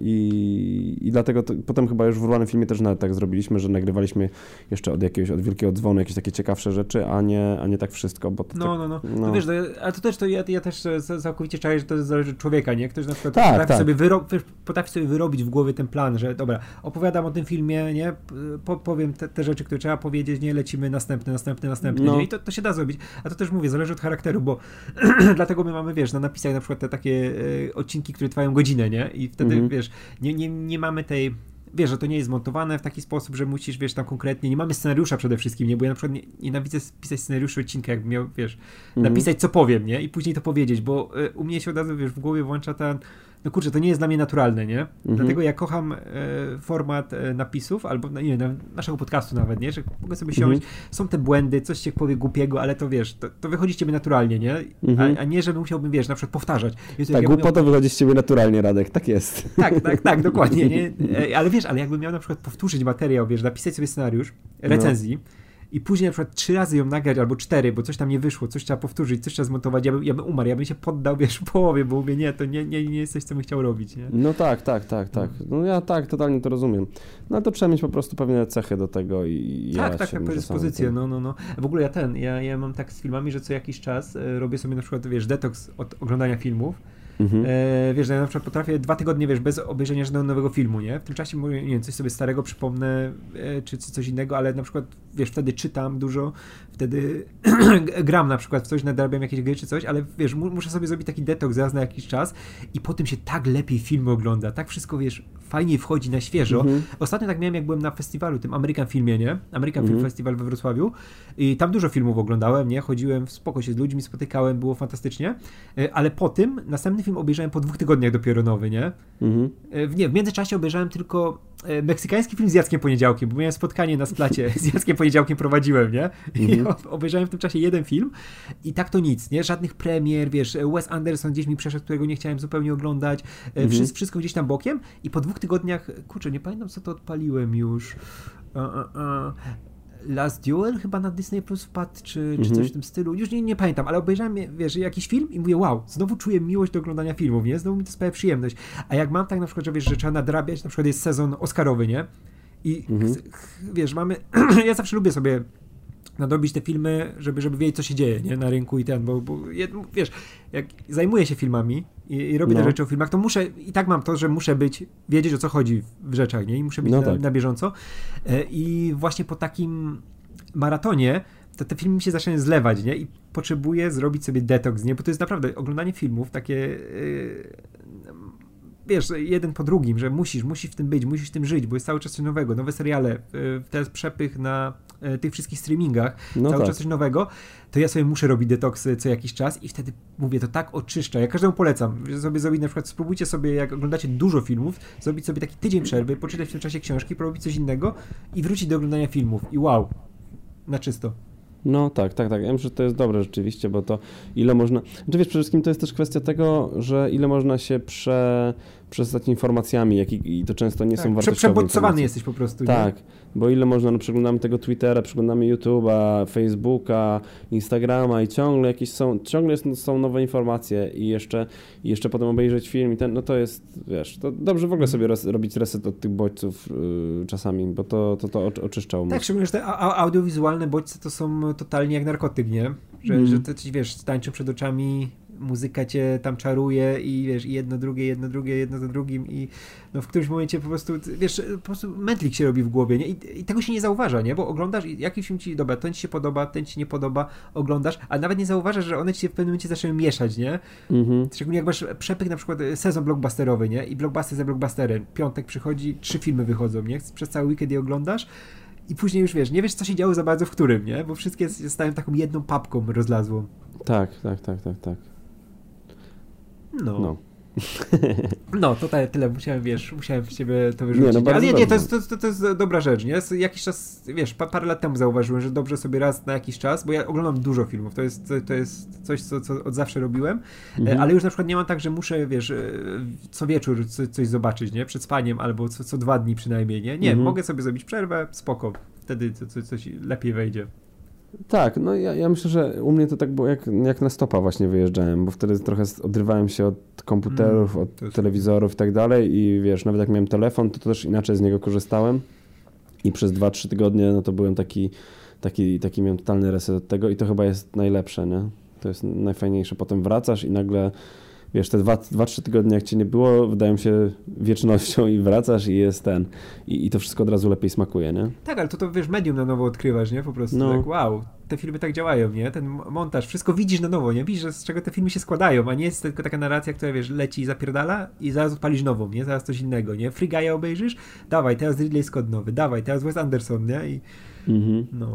I, i dlatego to, potem chyba już w urwanym filmie też nawet tak zrobiliśmy, że nagrywaliśmy jeszcze od jakiegoś, od wielkiego dzwonu jakieś takie ciekawsze rzeczy, a nie, a nie tak wszystko, bo to No, tak, no, no. no. No wiesz, to, ale to też, to ja, ja też całkowicie czaję, że to zależy od człowieka, nie? Ktoś na przykład Tak, potrafi, tak. Sobie wyro- potrafi sobie wyrobić w głowie ten plan, że dobra, opowiadam o tym filmie, nie? Po, powiem te, te rzeczy, które trzeba powiedzieć, nie? Lecimy następny, następny, następny, No. nie? I to, to się da zrobić. A to też mówię, zależy od charakteru, bo dlatego my mamy, wiesz, na napisach na przykład te takie e, odcinki, które trwają godzinę, nie? I wtedy, Mhm. wiesz, nie, nie, nie mamy tej... Wiesz, że to nie jest zmontowane w taki sposób, że musisz, wiesz, tam konkretnie, nie mamy scenariusza przede wszystkim, nie? Bo ja na przykład nie, nienawidzę pisać scenariuszy odcinka, jakbym miał, wiesz, Mhm. napisać co powiem, nie? I później to powiedzieć, bo y, u mnie się od razu, wiesz, w głowie włącza ta, no kurczę, to nie jest dla mnie naturalne, nie? Mhm. Dlatego ja kocham y, format y, napisów, albo, no, nie wiem, naszego podcastu nawet, nie? Że mogę sobie siąść, Mhm. są te błędy, coś się powie głupiego, ale to, wiesz, to, to wychodzi z ciebie naturalnie, nie? Mhm. A, a nie, żeby musiałbym, wiesz, na przykład powtarzać. Jezu, Tak, jakbym miał- głupota wychodzi z ciebie naturalnie, Radek, tak jest. tak, tak, tak, dokładnie, nie? E, Ale wiesz, ale jakbym miał na przykład powtórzyć materiał, wiesz, napisać sobie scenariusz recenzji i później na przykład trzy razy ją nagrać albo cztery, bo coś tam nie wyszło, coś trzeba powtórzyć, coś trzeba zmontować, ja bym, ja bym umarł, ja bym się poddał, wiesz, w połowie, bo mówię, nie, to nie, nie, nie jest coś, co bym chciał robić, nie? No tak, tak, tak, tak. No ja tak, totalnie to rozumiem. No ale to trzeba mieć po prostu pewne cechy do tego i Tak, jarać tak, się tak, może predyspozycje, samym no, no, no. W ogóle ja ten, ja, ja mam tak z filmami, że co jakiś czas e, robię sobie na przykład, wiesz, detoks od oglądania filmów. tym. Mhm. E, wiesz, że ja na przykład potrafię dwa tygodnie, wiesz, bez obejrzenia żadnego nowego filmu, nie? W tym czasie, mówię, nie wiem, coś sobie starego przypomnę, e, czy, czy coś innego, ale na przykład, wiesz, wtedy czytam dużo, wtedy gram na przykład w coś, nadrabiam jakieś gry czy coś, ale wiesz, mu, muszę sobie zrobić taki detoks raz na jakiś czas i po tym się tak lepiej filmy ogląda, tak wszystko, wiesz, fajniej wchodzi na świeżo. Mhm. Ostatnio tak miałem, jak byłem na festiwalu, tym American Filmie, nie? American Mhm. Film Festival we Wrocławiu i tam dużo filmów oglądałem, nie? Chodziłem, spoko się z ludźmi spotykałem, było fantastycznie, e, ale po tym następny film obejrzałem po dwóch tygodniach dopiero nowy, nie? Mhm. E, w- Nie, w międzyczasie obejrzałem tylko e, meksykański film z Jackiem Poniedziałkiem, bo miałem spotkanie na splacie z Jackiem Poniedziałkiem prowadziłem, nie? I Mhm. o- obejrzałem w tym czasie jeden film i tak to nic, nie? Żadnych premier, wiesz, Wes Anderson gdzieś mi przeszedł, którego nie chciałem zupełnie oglądać, e, Mhm. wszystko, wszystko gdzieś tam bokiem i po dwóch tygodniach, kurczę, nie pamiętam co to odpaliłem już. A, a, a. Last Duel chyba na Disney Plus wpadł, czy, czy Mhm. coś w tym stylu. Już nie, nie pamiętam, ale obejrzałem, wiesz, jakiś film i mówię, wow, znowu czuję miłość do oglądania filmów, nie? Znowu mi to sprawia przyjemność. A jak mam tak na przykład, że wiesz, że trzeba nadrabiać, na przykład jest sezon Oscarowy, nie? I Mhm. ch- ch- wiesz, mamy, ja zawsze lubię sobie nadrobić te filmy, żeby, żeby wiedzieć, co się dzieje, nie? Na rynku i ten, bo, bo jed- wiesz, jak zajmuję się filmami i, i robię te No. rzeczy o filmach, to muszę, i tak mam to, że muszę być, wiedzieć, o co chodzi w rzeczach, nie? I muszę być No na, tak. na bieżąco. E, I właśnie po takim maratonie to te filmy mi się zaczynają zlewać, nie? I potrzebuję zrobić sobie detoks, nie? Bo to jest naprawdę oglądanie filmów takie... Yy, wiesz, jeden po drugim, że musisz, musisz w tym być, musisz w tym żyć, bo jest cały czas coś nowego, nowe seriale, yy, teraz przepych na yy, tych wszystkich streamingach, No cały tak. czas coś nowego, to ja sobie muszę robić detoksy co jakiś czas i wtedy, mówię, to tak oczyszcza. Ja każdemu polecam, że sobie zrobić na przykład, spróbujcie sobie, jak oglądacie dużo filmów, zrobić sobie taki tydzień przerwy, poczytać w tym czasie książki, porobić coś innego i wrócić do oglądania filmów. I wow, na czysto. No tak, tak, tak. Ja myślę, że to jest dobre rzeczywiście, bo to ile można... Znaczy wiesz, przede wszystkim to jest też kwestia tego, że ile można się prze... przestać informacjami, jak i, i to często nie Tak, są prze- wartościowe przebodźcowany informacje. jesteś po prostu. Tak, Nie? bo ile można, no przeglądamy tego Twittera, przeglądamy YouTube'a, Facebooka, Instagrama i ciągle jakieś są, ciągle jest, są nowe informacje i jeszcze, i jeszcze potem obejrzeć film i ten, no to jest, wiesz, to dobrze w ogóle sobie res, robić reset od tych bodźców yy, czasami, bo to, to, to oczy- oczyszcza umysł. Tak, szczególnie, że te a- a- audiowizualne bodźce to są totalnie jak narkotyk, nie? Że, Mm. że to ci, wiesz, tańczą przed oczami, muzyka cię tam czaruje i wiesz, i jedno, drugie, jedno, drugie, jedno za drugim i no w którymś momencie po prostu, wiesz, po prostu mętlik się robi w głowie, nie? I, i tego się nie zauważa, nie? Bo oglądasz i jakiś film ci, dobra, ten ci się podoba, ten ci nie podoba, oglądasz, ale nawet nie zauważasz, że one ci się w pewnym momencie zaczynają mieszać, nie? Mhm. Szczególnie jak masz przepych, na przykład sezon blockbusterowy, nie? I blockbuster za blockbusterem. Piątek przychodzi, trzy filmy wychodzą, nie? Przez cały weekend je oglądasz i później już wiesz, nie wiesz, co się działo za bardzo w którym, nie? Bo wszystkie stają taką jedną papką rozlazłą. Tak, tak, tak, tak, tak. No. No. No, to ta- tyle, musiałem, wiesz, musiałem w ciebie to wyrzucić. Nie, no bardzo ale nie, nie, to dobrze. jest, to, jest, to jest dobra rzecz, nie? Jakiś czas, wiesz, pa, parę lat temu zauważyłem, że dobrze sobie raz na jakiś czas, bo ja oglądam dużo filmów, to jest, to jest coś, co, co od zawsze robiłem, Mhm. ale już na przykład nie mam tak, że muszę, wiesz, co wieczór co, coś zobaczyć, nie? Przed spaniem, albo co, co dwa dni przynajmniej, nie? Nie, Mhm. mogę sobie zrobić przerwę, spoko, wtedy co, co, coś lepiej wejdzie. Tak, no ja, ja myślę, że u mnie to tak było jak, jak na stopa właśnie wyjeżdżałem, bo wtedy trochę odrywałem się od komputerów, Mm, od to jest- telewizorów i tak dalej i wiesz, nawet jak miałem telefon, to też inaczej z niego korzystałem i przez dwa trzy tygodnie no to byłem taki, taki, taki miałem totalny reset od tego i to chyba jest najlepsze, nie? To jest najfajniejsze. Potem wracasz i nagle, wiesz, te dwa trzy tygodnie jak cię nie było, wydają się wiecznością i wracasz i jest ten. I, i to wszystko od razu lepiej smakuje, nie? Tak, ale to, to wiesz, medium na nowo odkrywasz, nie? Po prostu No. tak, wow, te filmy tak działają, nie? Ten montaż, wszystko widzisz na nowo, nie? Widzisz, że z czego te filmy się składają, a nie jest tylko taka narracja, która, wiesz, leci i zapierdala i zaraz odpalisz nową, nie? Zaraz coś innego, nie? Free Guy'a obejrzysz? Dawaj, teraz Ridley Scott nowy, dawaj, teraz Wes Anderson, nie? I Mhm. no...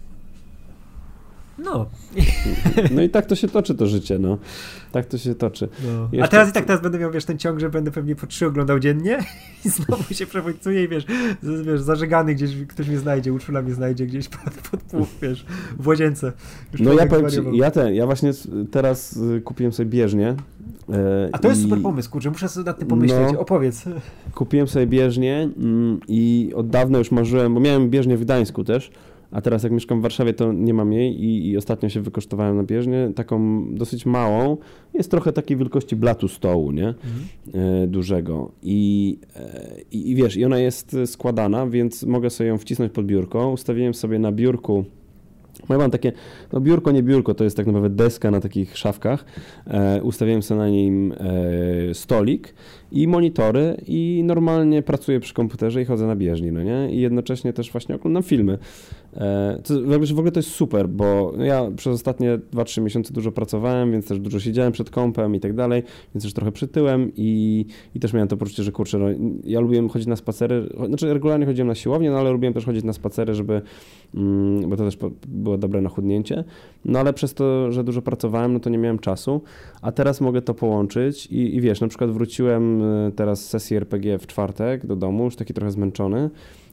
No. No i tak to się toczy to życie, no. Tak to się toczy. no. A Jeszcze- teraz i tak teraz będę miał, wiesz, ten ciąg, że będę pewnie po trzy oglądał dziennie i znowu się przewodnicuje i wiesz, z- wiesz, zażegany gdzieś ktoś mnie znajdzie, uczula mnie znajdzie gdzieś pod, pod płów, wiesz, w łazience. Już No ja człowiek powiem ci, zwariował. ja ten, ja właśnie s- teraz y, kupiłem sobie bieżnię. e, A to jest i super pomysł, kurczę, muszę sobie nad tym pomyśleć. No. Opowiedz. Kupiłem sobie bieżnię mm, i od dawna już marzyłem, bo miałem bieżnię w Gdańsku też, a teraz jak mieszkam w Warszawie, to nie mam jej i, i ostatnio się wykosztowałem na bieżnię, taką dosyć małą, jest trochę takiej wielkości blatu stołu, nie? Mhm. E, dużego. I, e, i, I wiesz, i ona jest składana, więc mogę sobie ją wcisnąć pod biurko. Ustawiłem sobie na biurku, bo ja mam takie, no biurko, nie biurko, to jest tak naprawdę deska na takich szafkach. E, ustawiłem sobie na nim e, stolik i monitory i normalnie pracuję przy komputerze i chodzę na bieżni, no nie? I jednocześnie też właśnie oglądam filmy. E, to, w ogóle- w ogóle to jest super, bo ja przez ostatnie dwa trzy miesiące dużo pracowałem, więc też dużo siedziałem przed kompem i tak dalej, więc też trochę przytyłem i, i też miałem to poczucie, że kurczę, no, ja lubiłem chodzić na spacery, cho- znaczy regularnie chodziłem na siłownię, no ale lubiłem też chodzić na spacery, żeby, mm, bo to też po, było dobre na chudnięcie, no ale przez to, że dużo pracowałem, no to nie miałem czasu, a teraz mogę to połączyć i, i wiesz, na przykład wróciłem y, teraz z sesji R P G w czwartek do domu, już taki trochę zmęczony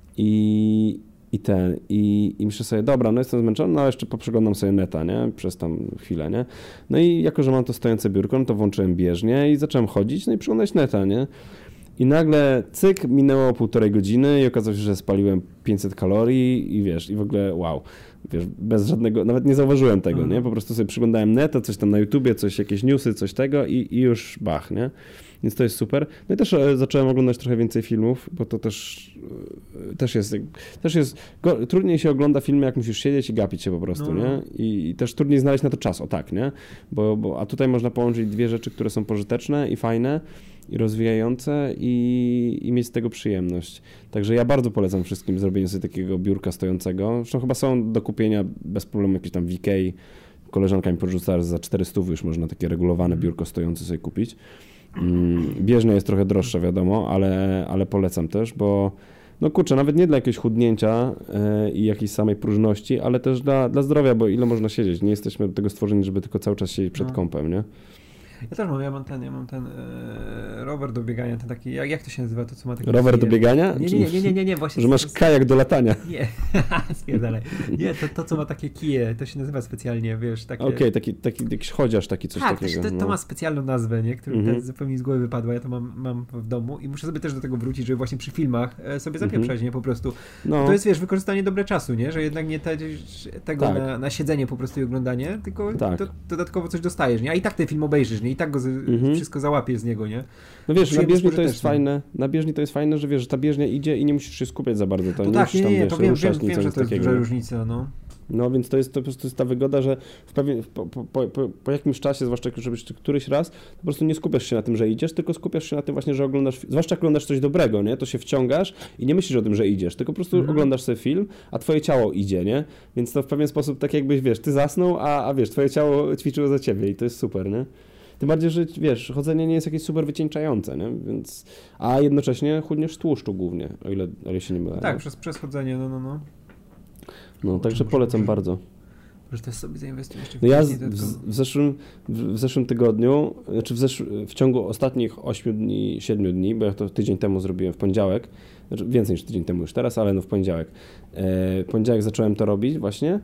i, i ten, i, i myślę sobie, dobra, no jestem zmęczony, no ale jeszcze poprzeglądam sobie neta, nie, przez tam chwilę, nie, no i jako, że mam to stojące biurko, no to włączyłem bieżnię i zacząłem chodzić, no i przeglądać neta, nie. I nagle cyk, minęło półtorej godziny i okazało się, że spaliłem pięćset kalorii i wiesz, i w ogóle wow, wiesz, bez żadnego, nawet nie zauważyłem tego, nie, po prostu sobie przyglądałem neta, coś tam na YouTubie, coś, jakieś newsy, coś tego i, i już bach, nie, więc to jest super. No i też e, zacząłem oglądać trochę więcej filmów, bo to też, e, też jest, też jest, go, trudniej się ogląda filmy, jak musisz siedzieć i gapić się po prostu, No. nie, I, i też trudniej znaleźć na to czas, o tak, nie, bo, bo, a tutaj można połączyć dwie rzeczy, które są pożyteczne i fajne, i rozwijające i, i mieć z tego przyjemność. Także ja bardzo polecam wszystkim zrobienie sobie takiego biurka stojącego. Zresztą chyba są do kupienia bez problemu jakieś tam w Ikei. Koleżanka mi podrzucała, że za czterysta już można takie regulowane biurko stojące sobie kupić. Mm, bieżnia jest trochę droższa, wiadomo, ale, ale polecam też, bo no kurczę, nawet nie dla jakiegoś chudnięcia yy, i jakiejś samej próżności, ale też dla, dla zdrowia, bo ile można siedzieć? Nie jesteśmy do tego stworzeni, żeby tylko cały czas siedzieć przed No. kompem, nie? Ja też mam, ja mam ten, ja mam ten e, rower do biegania, ten taki, jak, jak to się nazywa, to co ma taki... Rower do kije? biegania? Nie, nie, nie, nie, nie, nie, nie, właśnie... Że masz to jest- kajak do latania. Nie, spierdalaj. Nie, to, to co ma takie kije, to się nazywa specjalnie, wiesz, takie... Okej, okay, taki, taki jakiś chodziarz, taki coś tak, takiego. to, to, to no. ma specjalną nazwę, nie? Która Mhm. teraz zupełnie z głowy wypadła, ja to mam, mam w domu i muszę sobie też do tego wrócić, żeby właśnie przy filmach e, sobie Mhm. zapieprzać, nie? Po prostu. No, To jest, wiesz, wykorzystanie dobre czasu, nie? Że jednak nie te, tego Tak. na, na siedzenie po prostu i oglądanie, tylko Tak. do, dodatkowo coś dostajesz, nie? A i tak ten film obejrzysz, nie? I tak go z, Mhm. wszystko załapiesz z niego, nie? no wiesz, na przyjemność bieżni to jest pożyteczna. fajne, na bieżni to jest fajne, że wiesz, że ta bieżnia idzie i nie musisz się skupiać za bardzo, to To nie tak, musisz nie, tam, nie, nie, wiesz, to wiem, ruszać, wiem, nic wiem, że to jest takiego. duża różnica, no. No więc to jest to po prostu jest ta wygoda, że w pewien, po, po, po, po jakimś czasie, zwłaszcza żebyś któryś raz, po prostu nie skupiasz się na tym, że idziesz, tylko skupiasz się na tym właśnie, że oglądasz, zwłaszcza jak oglądasz coś dobrego, nie? To się wciągasz i nie myślisz o tym, że idziesz, tylko po prostu Mhm. oglądasz sobie film, a twoje ciało idzie, nie? Więc to w pewien sposób tak jakbyś, wiesz, ty zasnął, a, a wiesz, twoje ciało ćwiczyło za ciebie i to jest super, nie? Tym bardziej, że wiesz, chodzenie nie jest jakieś super wycieńczające, nie? Więc, a jednocześnie chudniesz z tłuszczu głównie, o ile, o ile się nie mylę. Tak, nie? przez, przez chodzenie, no, no, no. No, także może- polecam może- bardzo. Może też sobie zainwestuję jeszcze w No ja z, później w, dodatkowo. w, zeszłym, w, w zeszłym tygodniu, znaczy w, zesz, w ciągu ostatnich ośmiu dni, siedmiu dni, bo ja to tydzień temu zrobiłem w poniedziałek, znaczy więcej niż tydzień temu już teraz, ale no w poniedziałek. E, poniedziałek zacząłem to robić właśnie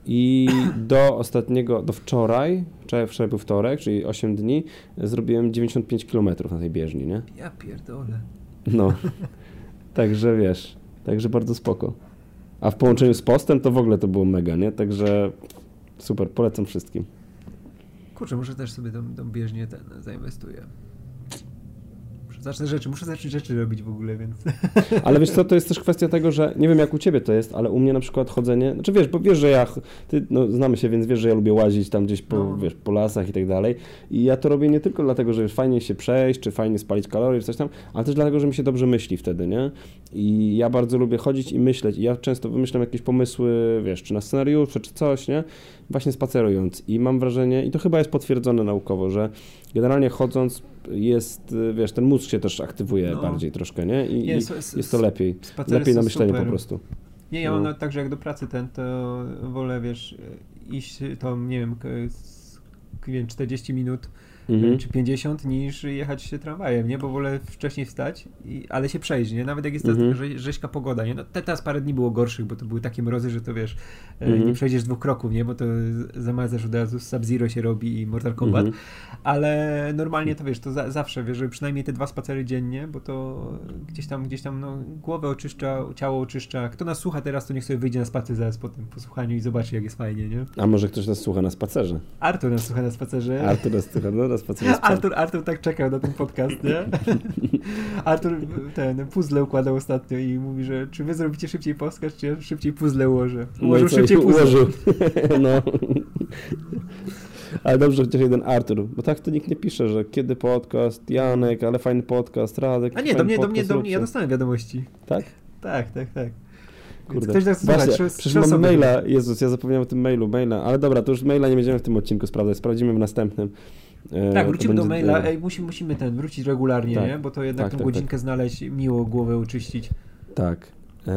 i do ostatniego, do wczoraj, wczoraj, wczoraj był wtorek, czyli osiem dni, zrobiłem dziewięćdziesiąt pięć kilometrów na tej bieżni, nie? Ja pierdolę. No, także wiesz, także bardzo spoko. A w połączeniu z postem to w ogóle to było mega, nie? Także super, polecam wszystkim. Kurczę, może też sobie tą, tą bieżnię ten zainwestuję. Zacznę rzeczy, muszę zacząć rzeczy robić w ogóle, więc... Ale wiesz co, to jest też kwestia tego, że nie wiem jak u ciebie to jest, ale u mnie na przykład chodzenie, znaczy wiesz, bo wiesz, że ja, ty, no, znamy się, więc wiesz, że ja lubię łazić tam gdzieś po, no. wiesz, po lasach i tak dalej i ja to robię nie tylko dlatego, że fajnie się przejść, czy fajnie spalić kalorie, czy coś tam, ale też dlatego, że mi się dobrze myśli wtedy, nie? I ja bardzo lubię chodzić i myśleć i ja często wymyślam jakieś pomysły, wiesz, czy na scenariusze, czy coś, nie? Właśnie spacerując i mam wrażenie, i to chyba jest potwierdzone naukowo, że generalnie chodząc jest, wiesz, ten mózg się też aktywuje no. bardziej troszkę, nie? I, nie, i s- jest to lepiej. Lepiej na myślenie super. Po prostu. Nie, ja no. mam nawet tak, że jak do pracy ten, to wolę, wiesz, iść to, nie wiem, czterdzieści minut mhm. czy pięćdziesiąt niż jechać tramwajem, nie? Bo wolę wcześniej wstać, i, ale się przejść, nie? Nawet jak jest mhm. ta rze, rzeźka pogoda, nie? No te, teraz parę dni było gorszych, bo to były takie mrozy, że to wiesz, mhm. nie przejdziesz dwóch kroków, nie? Bo to zamazasz od razu, Sub-Zero się robi i Mortal Kombat, mhm. ale normalnie to wiesz, to za, zawsze, wiesz, że przynajmniej te dwa spacery dziennie, bo to gdzieś tam, gdzieś tam, no, głowę oczyszcza, ciało oczyszcza. Kto nas słucha teraz, to niech sobie wyjdzie na spacer zaraz po tym posłuchaniu i zobaczy, jak jest fajnie, nie? A może ktoś nas słucha na spacerze? Artur nas słucha na spacerze. Artur nas słucha, no, na spacerze. Artur, Artur tak czekał na ten podcast, nie? Artur ten puzzle układał ostatnio i mówi, że czy wy zrobicie szybciej podcast, czy ja szybciej puzzle ułożę. Ułożył no szybciej puzzle. Ułożył. No. Ale dobrze, chociaż jeden Artur, bo tak to nikt nie pisze, że kiedy podcast, Janek, ale fajny podcast, Radek. A nie, do mnie, do mnie, do mnie, ja dostałem wiadomości. Tak? Tak, tak, tak. Kurde. Ktoś tak słucha, Właśnie, trzy, przecież mamy maila, Jezus, ja zapomniałem o tym mailu, maila, ale dobra, to już maila nie będziemy w tym odcinku sprawdzać, sprawdzimy w następnym. Tak, wrócimy do maila. Ej, musimy, musimy ten wrócić regularnie, tak, nie? Bo to jednak tak, tą tak, godzinkę tak. znaleźć, miło głowę oczyścić. Tak. Eee,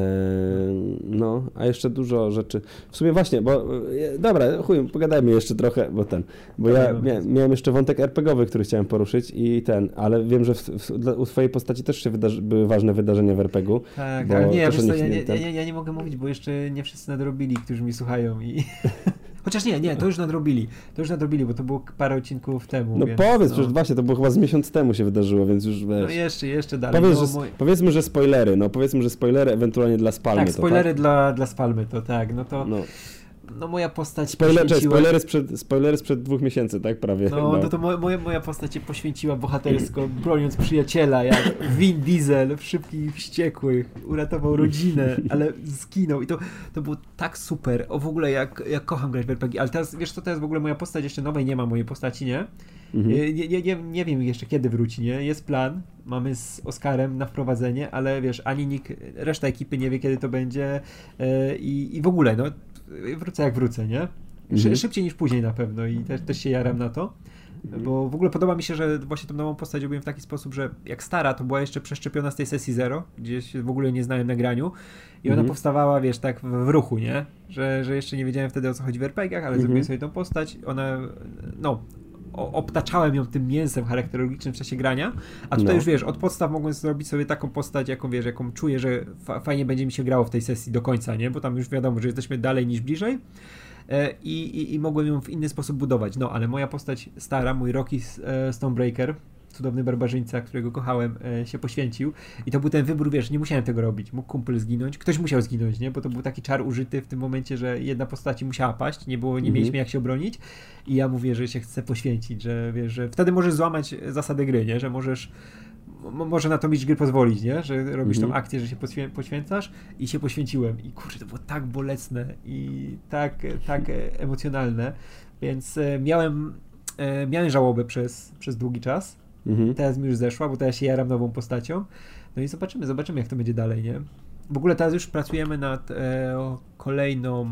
no, a jeszcze dużo rzeczy. W sumie właśnie, bo e, dobra, chuj, pogadajmy jeszcze trochę, bo ten, bo ja mia, miałem jeszcze wątek er pe gie owy, który chciałem poruszyć i ten, ale wiem, że w, w, u twojej postaci też się wydarzy, były ważne wydarzenia w er pe gie u. Tak, ale nie, ja, wiesz co, ja, nie, ja, ja nie mogę mówić, bo jeszcze nie wszyscy nadrobili, którzy mi słuchają i... Chociaż nie, nie, to już nadrobili. To już nadrobili, bo to było parę odcinków temu. No więc, powiedz, no. przecież właśnie, to było chyba z miesiąc temu się wydarzyło, więc już wiesz. No jeszcze, jeszcze dalej. Powiedz, no, że, mój... Powiedzmy, że spoilery, no powiedzmy, że spoilery ewentualnie dla Spalmy. Tak, spoilery to, tak? Dla, dla Spalmy, to tak, no to... No. No moja postać Spoiler, poświęciła... spoilery, sprzed, spoilery sprzed dwóch miesięcy, tak prawie. No, no. no to moja, moja postać się poświęciła bohatersko, broniąc przyjaciela, jak Vin Diesel w Szybkich i Wściekłych, uratował rodzinę, ale zginął i to, to było tak super. O w ogóle jak, jak kocham grać w er pe gie, ale teraz, wiesz co, to jest w ogóle moja postać, jeszcze nowej nie ma mojej postaci, nie? Mhm. Nie, nie, nie, nie wiem jeszcze kiedy wróci, nie? Jest plan, mamy z Oskarem na wprowadzenie, ale wiesz, ani nikt, reszta ekipy nie wie kiedy to będzie yy, i, i w ogóle, no wrócę jak wrócę, nie? Mhm. Szybciej niż później na pewno i też, też się jaram na to, bo w ogóle podoba mi się, że właśnie tą nową postać robiłem w taki sposób, że jak stara to była jeszcze przeszczepiona z tej sesji zero, gdzie się w ogóle nie znałem na graniu i ona mhm. powstawała, wiesz, tak w, w ruchu, nie? Że, że jeszcze nie wiedziałem wtedy o co chodzi w er pe gie ach, ale mhm. zrobiłem sobie tą postać, ona, no obtaczałem ją tym mięsem charakterologicznym w czasie grania, a tutaj no. już wiesz, od podstaw mogłem zrobić sobie taką postać, jaką wiesz, jaką czuję, że fa- fajnie będzie mi się grało w tej sesji do końca, nie? Bo tam już wiadomo, że jesteśmy dalej niż bliżej e, i, i, i mogłem ją w inny sposób budować. No, ale moja postać stara, mój Rocky e, Stonebreaker, cudowny barbarzyńca, którego kochałem, e, się poświęcił i to był ten wybór, wiesz, nie musiałem tego robić, mógł kumpel zginąć, ktoś musiał zginąć, nie, bo to był taki czar użyty w tym momencie, że jedna postać musiała paść, nie było, nie mhm. mieliśmy jak się obronić i ja mówię, że się chcę poświęcić, że wiesz, że wtedy możesz złamać zasadę gry, nie, że możesz m- może na to mistrz gry pozwolić, nie, że robisz mhm. tą akcję, że się poświę- poświęcasz i się poświęciłem i kurczę, to było tak bolesne i tak, tak emocjonalne, więc e, miałem e, miałem żałobę przez, przez długi czas. Mhm. Teraz mi już zeszła, bo teraz się jaram nową postacią. No i zobaczymy, zobaczymy jak to będzie dalej, nie? W ogóle teraz już pracujemy nad e, kolejną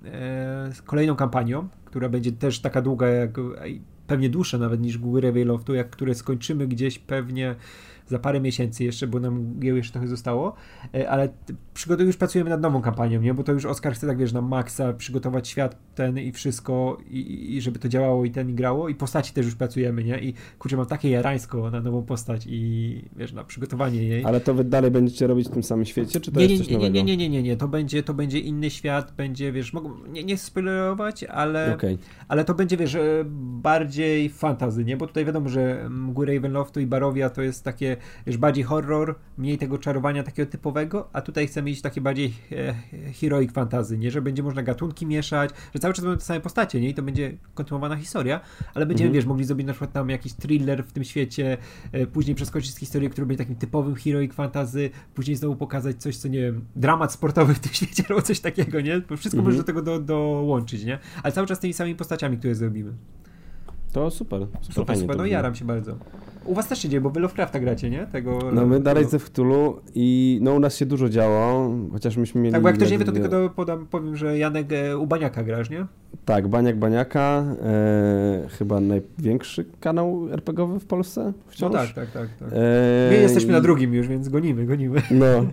e, kolejną kampanią, która będzie też taka długa, jak pewnie dłuższa nawet niż Góry Ravenloftu, jak które skończymy gdzieś pewnie za parę miesięcy jeszcze, bo nam jeszcze trochę zostało, ale przygotuj, już pracujemy nad nową kampanią, nie? Bo to już Oskar chce tak, wiesz, na maksa przygotować świat ten i wszystko i, i żeby to działało i ten i grało i postaci też już pracujemy, nie? I kurczę, mam takie jarańsko na nową postać i wiesz, na przygotowanie jej. Ale to wy dalej będziecie robić w tym samym świecie, czy to nie, jest nie, coś nie, nowego? Nie, nie, nie, nie, nie, to będzie, to będzie inny świat, będzie, wiesz, mogę, nie, nie spoilerować, ale, okay. ale to będzie, wiesz, bardziej fantasy, nie? Bo tutaj wiadomo, że Góry Ravenloftu i Barovia to jest takie takie już bardziej horror, mniej tego czarowania takiego typowego, a tutaj chcemy iść takie bardziej e, heroic fantasy, nie? Że będzie można gatunki mieszać, że cały czas będą te same postacie, nie? I to będzie kontynuowana historia, ale będziemy, mhm. wiesz, mogli zrobić na przykład tam jakiś thriller w tym świecie, e, później przeskoczyć z historii, który będzie takim typowym heroic fantasy, później znowu pokazać coś, co nie wiem, dramat sportowy w tym świecie albo coś takiego, nie? Bo wszystko mhm. możesz do tego do, dołączyć, nie? Ale cały czas tymi samymi postaciami, które zrobimy. To super, super, super, super. No jaram się bardzo. U was też się dzieje, bo wy Lovecrafta gracie, nie? Tego, no my dalej tego... ze Cthulhu i no u nas się dużo działo, chociaż myśmy mieli... Tak, bo jak ktoś nie wie, to tylko do, podam, powiem, że Janek e, u Baniaka grasz, nie? Tak, Baniak Baniaka, e, chyba największy kanał er pe gie owy w Polsce wciąż. No tak, tak, tak. tak. E, my jesteśmy i... na drugim już, więc gonimy, gonimy. No.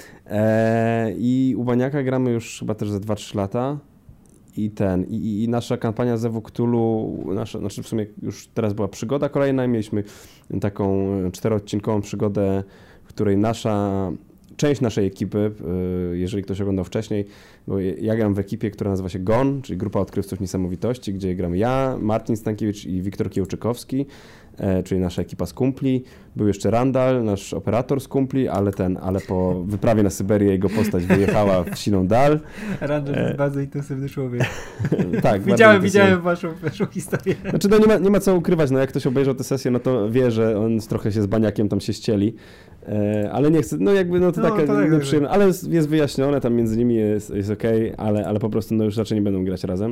E, I u Baniaka gramy już chyba też ze dwa trzy lata. I ten, i, i nasza kampania Zewu Cthulhu, nasza, znaczy w sumie już teraz była przygoda kolejna, mieliśmy taką czteroodcinkową przygodę, w której nasza, część naszej ekipy, jeżeli ktoś oglądał wcześniej, bo ja gram w ekipie, która nazywa się G O N, czyli Grupa Odkrywców Niesamowitości, gdzie gramy ja, Marcin Stankiewicz i Wiktor Kiełczykowski, czyli nasza ekipa z kumpli. Był jeszcze Randall, nasz operator z kumpli, ale ten, ale po wyprawie na Syberię jego postać wyjechała w siną dal. Randall jest e... bardzo intensywny człowiek. Tak, widziałem, widziałem waszą, waszą historię. Znaczy, no nie ma, nie ma co ukrywać, no jak ktoś obejrzał tę sesję, no to wie, że on trochę się z Baniakiem tam się ścieli, e, ale nie chcę, no jakby, no to no, taka to tak, nieprzyjemna, ale jest, jest wyjaśnione, tam między nimi jest, jest okej, okay, ale, ale po prostu no już raczej nie będą grać razem.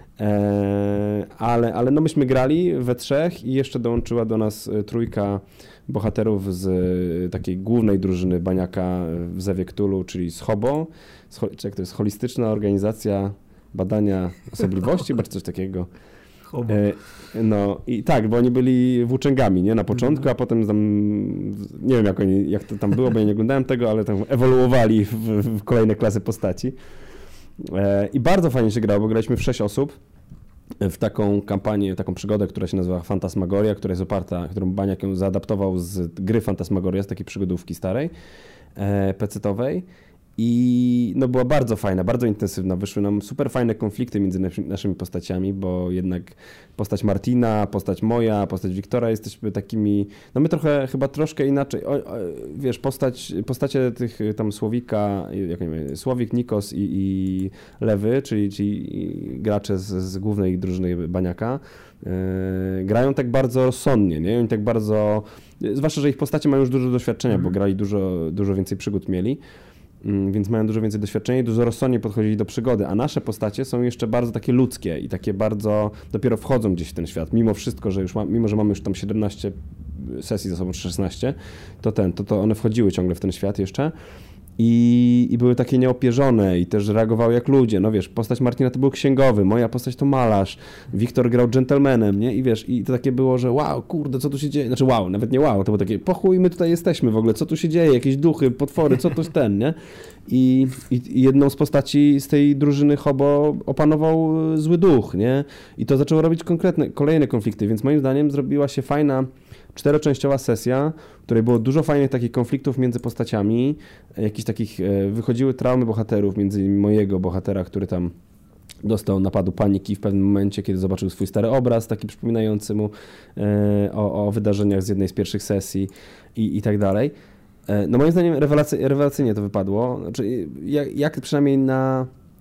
Eee, ale, ale no myśmy grali we trzech i jeszcze dołączyła do nas trójka bohaterów z takiej głównej drużyny Baniaka w Zewie Cthulhu, czyli z Hobo, z, czy jak to jest, Holistyczna Organizacja Badania Osobliwości, czy coś takiego. E, no i tak, bo oni byli włóczęgami, nie, na początku, a potem tam, nie wiem jak oni, jak to tam było, bo ja nie oglądałem tego, ale tam ewoluowali w, w kolejne klasy postaci. I bardzo fajnie się grało, bo graliśmy w sześć osób w taką kampanię, taką przygodę, która się nazywa Fantasmagoria, która jest oparta, którą Baniak ją zaadaptował z gry Fantasmagoria, z takiej przygodówki starej, pecetowej. I no była bardzo fajna, bardzo intensywna. Wyszły nam super fajne konflikty między naszymi postaciami, bo jednak postać Martina, postać moja, postać Wiktora jesteśmy takimi, no my trochę, chyba troszkę inaczej, o, o, wiesz, postać, postacie tych tam Słowika, jak nie wiem, Słowik, Nikos i, i Lewy, czyli, czyli gracze z, z głównej drużyny Baniaka, yy, grają tak bardzo rozsądnie, nie? Oni tak bardzo, zwłaszcza, że ich postacie mają już dużo doświadczenia, mm. bo grali dużo, dużo więcej przygód mieli. Więc mają dużo więcej doświadczenia i dużo rozsądniej podchodzili do przygody, a nasze postacie są jeszcze bardzo takie ludzkie i takie bardzo, dopiero wchodzą gdzieś w ten świat, mimo wszystko, że już ma, mimo że mamy już tam siedemnaście sesji za sobą, czy szesnaście, to ten, to, to one wchodziły ciągle w ten świat jeszcze i, i były takie nieopierzone i też reagowały jak ludzie, no wiesz, postać Martina to był księgowy, moja postać to malarz, Wiktor grał gentlemanem, nie, i wiesz, i to takie było, że wow, kurde, co tu się dzieje, znaczy wow, nawet nie wow, to było takie, po chuj my tutaj jesteśmy w ogóle, co tu się dzieje, jakieś duchy, potwory, co to jest ten, nie, i, i, i jedną z postaci z tej drużyny Hobo opanował zły duch, nie, i to zaczęło robić konkretne, kolejne konflikty, więc moim zdaniem zrobiła się fajna czteroczęściowa sesja, w której było dużo fajnych takich konfliktów między postaciami, jakichś takich, wychodziły traumy bohaterów, między innymi mojego bohatera, który tam dostał napadu paniki w pewnym momencie, kiedy zobaczył swój stary obraz, taki przypominający mu o, o wydarzeniach z jednej z pierwszych sesji i, i tak dalej. No moim zdaniem rewelacy, rewelacyjnie to wypadło, znaczy jak, jak przynajmniej na,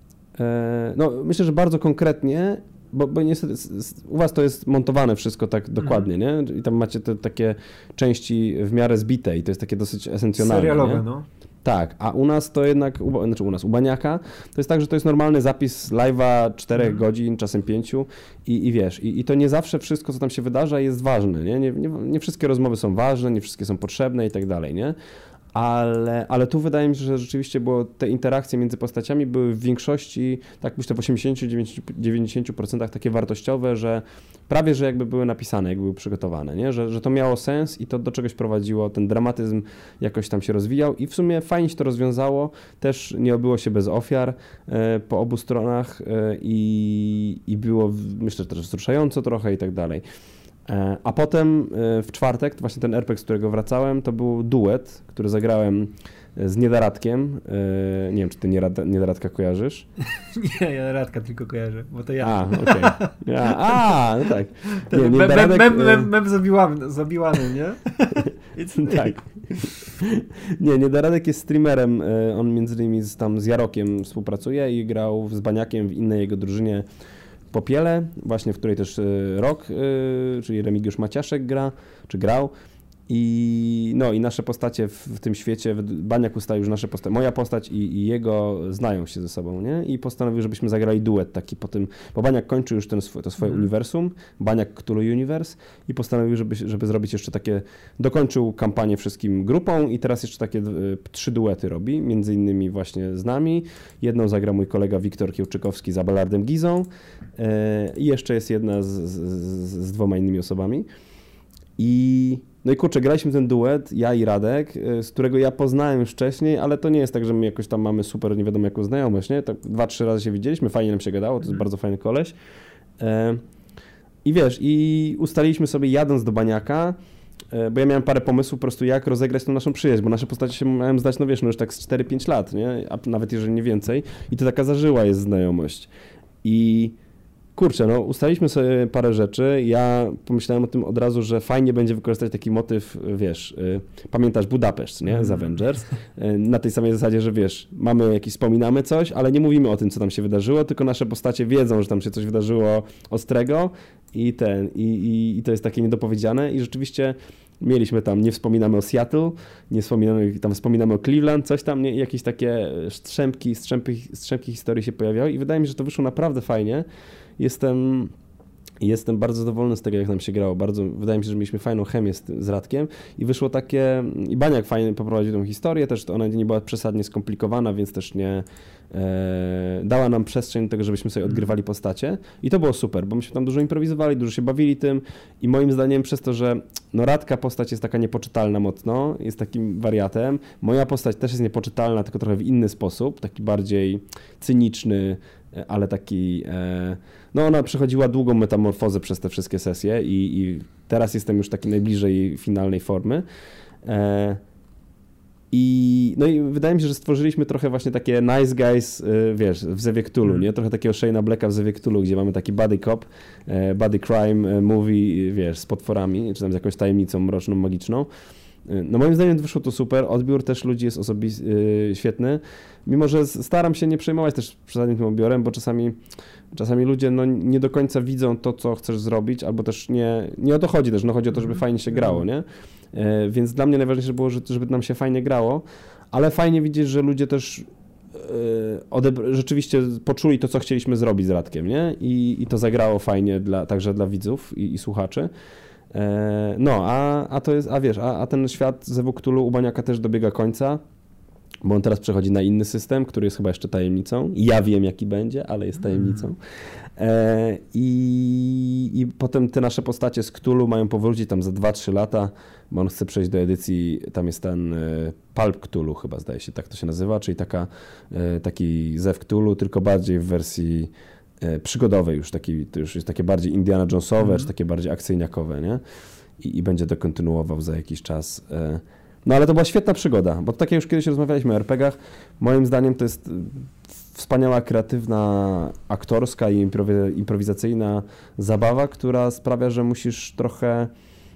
no myślę, że bardzo konkretnie. Bo, bo niestety u was to jest montowane wszystko tak dokładnie, nie? I tam macie te takie części w miarę zbite i to jest takie dosyć esencjonalne. Serialowe, nie? no. Tak, a u nas to jednak, u, znaczy u nas, u Baniaka, to jest tak, że to jest normalny zapis live'a czterech mm. godzin, czasem pięciu i, i wiesz, i, i to nie zawsze wszystko, co tam się wydarza jest ważne, nie? Nie, nie? nie wszystkie rozmowy są ważne, nie wszystkie są potrzebne i tak dalej, nie? Ale, ale tu wydaje mi się, że rzeczywiście było, te interakcje między postaciami były w większości, tak myślę, w osiemdziesiąt do dziewięćdziesięciu procent takie wartościowe, że prawie, że jakby były napisane, jakby były przygotowane, nie? Że, że to miało sens i to do czegoś prowadziło, ten dramatyzm jakoś tam się rozwijał i w sumie fajnie się to rozwiązało, też nie obyło się bez ofiar e, po obu stronach e, i, i było, myślę, że też wzruszająco trochę i tak dalej. A potem w czwartek, właśnie ten er pe gie, z którego wracałem, to był duet, który zagrałem z Niedaradkiem. Nie wiem, czy ty Niedaradka kojarzysz? Nie, ja Radka tylko kojarzę, bo to ja. A, okej. Okay. Ja, a, no tak. Nie, Niedaradek... Mem, mem, mem z Obi-Wanem, nie? Tak. Nie, Niedaradek jest streamerem, on między innymi z, tam z Jarokiem współpracuje i grał z Baniakiem w innej jego drużynie Popiele, właśnie w której też Rok, czyli Remigiusz Maciaszek gra, czy grał. I no i nasze postacie w, w tym świecie, Baniak ustalił, że nasze postacie, moja postać i, i jego znają się ze sobą, nie? I postanowił, żebyśmy zagrali duet taki po tym, bo Baniak kończy już ten swój, to swoje mm. uniwersum, Baniak Cthulhu Universe i postanowił, żeby, żeby zrobić jeszcze takie, dokończył kampanię wszystkim grupą i teraz jeszcze takie y, trzy duety robi, między innymi właśnie z nami. Jedną zagra mój kolega Wiktor Kiełczykowski z Abelardem Gizą y, i jeszcze jest jedna z, z, z, z dwoma innymi osobami. I no i kurczę, graliśmy ten duet, ja i Radek, z którego ja poznałem już wcześniej, ale to nie jest tak, że my jakoś tam mamy super, nie wiadomo jaką znajomość, nie? Tak dwa, trzy razy się widzieliśmy, fajnie nam się gadało, to jest mm. bardzo fajny koleś. E, I wiesz, i ustaliliśmy sobie jadąc do Baniaka, e, bo ja miałem parę pomysłów po prostu jak rozegrać tą naszą przyjaźń, bo nasze postacie się miałem zdać, no wiesz, no już tak z cztery pięć lat, nie? A nawet jeżeli nie więcej. I to taka zażyła jest znajomość. I kurczę, no ustaliliśmy sobie parę rzeczy, ja pomyślałem o tym od razu, że fajnie będzie wykorzystać taki motyw, wiesz, y, pamiętasz Budapeszt, nie, z Avengers, y, na tej samej zasadzie, że wiesz, mamy jakieś, wspominamy coś, ale nie mówimy o tym, co tam się wydarzyło, tylko nasze postacie wiedzą, że tam się coś wydarzyło ostrego i ten, i, i, i to jest takie niedopowiedziane i rzeczywiście mieliśmy tam, nie wspominamy o Seattle, nie wspominamy, tam wspominamy o Cleveland, coś tam, nie, jakieś takie strzępki, strzępy, strzępki historii się pojawiały i wydaje mi się, że to wyszło naprawdę fajnie. Jestem, jestem bardzo zadowolony z tego, jak nam się grało. Bardzo, wydaje mi się, że mieliśmy fajną chemię z, z Radkiem i wyszło takie... I Baniak fajnie poprowadził tą historię, też to ona nie była przesadnie skomplikowana, więc też nie... E, dała nam przestrzeń do tego, żebyśmy sobie odgrywali postacie i to było super, bo myśmy tam dużo improwizowali, dużo się bawili tym i moim zdaniem przez to, że no Radka postać jest taka niepoczytalna mocno, jest takim wariatem, moja postać też jest niepoczytalna, tylko trochę w inny sposób, taki bardziej cyniczny, ale taki, e, no ona przechodziła długą metamorfozę przez te wszystkie sesje i, i teraz jestem już taki najbliżej finalnej formy. E, I, no i wydaje mi się, że stworzyliśmy trochę właśnie takie nice guys, wiesz, w Zewie Cthulhu, nie? Trochę takiego Shane'a Blacka w Zewie Cthulhu, gdzie mamy taki buddy cop, buddy crime movie, wiesz, z potworami, czy tam z jakąś tajemnicą mroczną, magiczną. No moim zdaniem wyszło to super, odbiór też ludzi jest osobis- yy, świetny, mimo że staram się nie przejmować też przesadnie tym odbiorem, bo czasami, czasami ludzie no, nie do końca widzą to, co chcesz zrobić, albo też nie, nie o to chodzi też, no chodzi o to, żeby fajnie się grało, nie? Yy, więc dla mnie najważniejsze było, żeby nam się fajnie grało, ale fajnie widzieć, że ludzie też yy, odebr- rzeczywiście poczuli to, co chcieliśmy zrobić z Radkiem, nie? I, i to zagrało fajnie dla, także dla widzów i, i słuchaczy. No, a, a to jest, a wiesz, a, a ten świat Zewu Cthulhu u Baniaka też dobiega końca, bo on teraz przechodzi na inny system, który jest chyba jeszcze tajemnicą. Ja wiem, jaki będzie, ale jest tajemnicą. E, i, I potem te nasze postacie z Cthulhu mają powrócić tam za dwa trzy lata, bo on chce przejść do edycji, tam jest ten e, Pulp Cthulhu chyba, zdaje się, tak to się nazywa, czyli taka, e, taki Zew Cthulhu, tylko bardziej w wersji przygodowe już, taki, to już jest takie bardziej Indiana Jonesowe, mm. czy takie bardziej akcyjniakowe, nie? I, I będzie to kontynuował za jakiś czas. No ale to była świetna przygoda, bo tak jak już kiedyś rozmawialiśmy o er pe gach, moim zdaniem to jest wspaniała, kreatywna, aktorska i improwizacyjna zabawa, która sprawia, że musisz trochę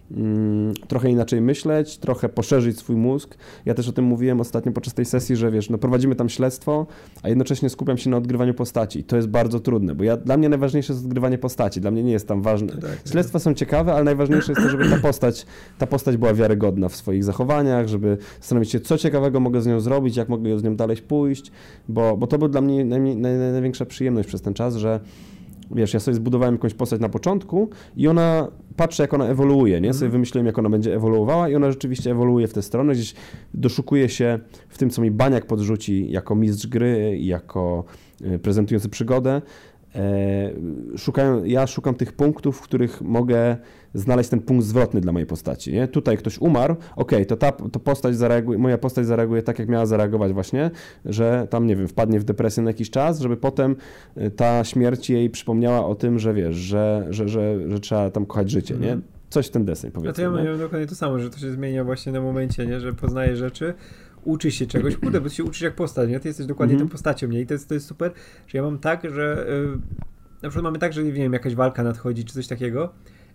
trochę inaczej myśleć, trochę poszerzyć swój mózg. Ja też o tym mówiłem ostatnio podczas tej sesji, że wiesz, no prowadzimy tam śledztwo, a jednocześnie skupiam się na odgrywaniu postaci. I to jest bardzo trudne, bo ja, dla mnie najważniejsze jest odgrywanie postaci. Dla mnie nie jest tam ważne. Tak, śledztwa są ciekawe, ale najważniejsze jest to, żeby ta postać, ta postać była wiarygodna w swoich zachowaniach, żeby zastanowić się, co ciekawego mogę z nią zrobić, jak mogę z nią dalej pójść, bo, bo to był dla mnie naj, naj, naj, największa przyjemność przez ten czas, że wiesz, ja sobie zbudowałem jakąś postać na początku i ona, patrzę jak ona ewoluuje, nie? Mm. Sobie wymyśliłem jak ona będzie ewoluowała i ona rzeczywiście ewoluuje w tę stronę, gdzieś doszukuje się w tym, co mi Baniak podrzuci jako mistrz gry, jako prezentujący przygodę. E, szukają, ja szukam tych punktów, w których mogę znaleźć ten punkt zwrotny dla mojej postaci, nie? Tutaj ktoś umarł, okej, okay, to ta to postać zareaguje, moja postać zareaguje tak, jak miała zareagować właśnie, że tam, nie wiem, wpadnie w depresję na jakiś czas, żeby potem ta śmierć jej przypomniała o tym, że wiesz, że, że, że, że trzeba tam kochać życie, nie? Coś w ten deseń, powiedzmy. A to ja mam dokładnie to samo, że to się zmienia właśnie na momencie, nie? Że poznaje rzeczy, uczy się czegoś, kurde, bo się uczysz jak postać, nie? Ty jesteś dokładnie mm-hmm. tą postacią, nie? I to jest, to jest super, że ja mam tak, że yy, na przykład mamy tak, że nie wiem, jakaś walka nadchodzi, czy coś takiego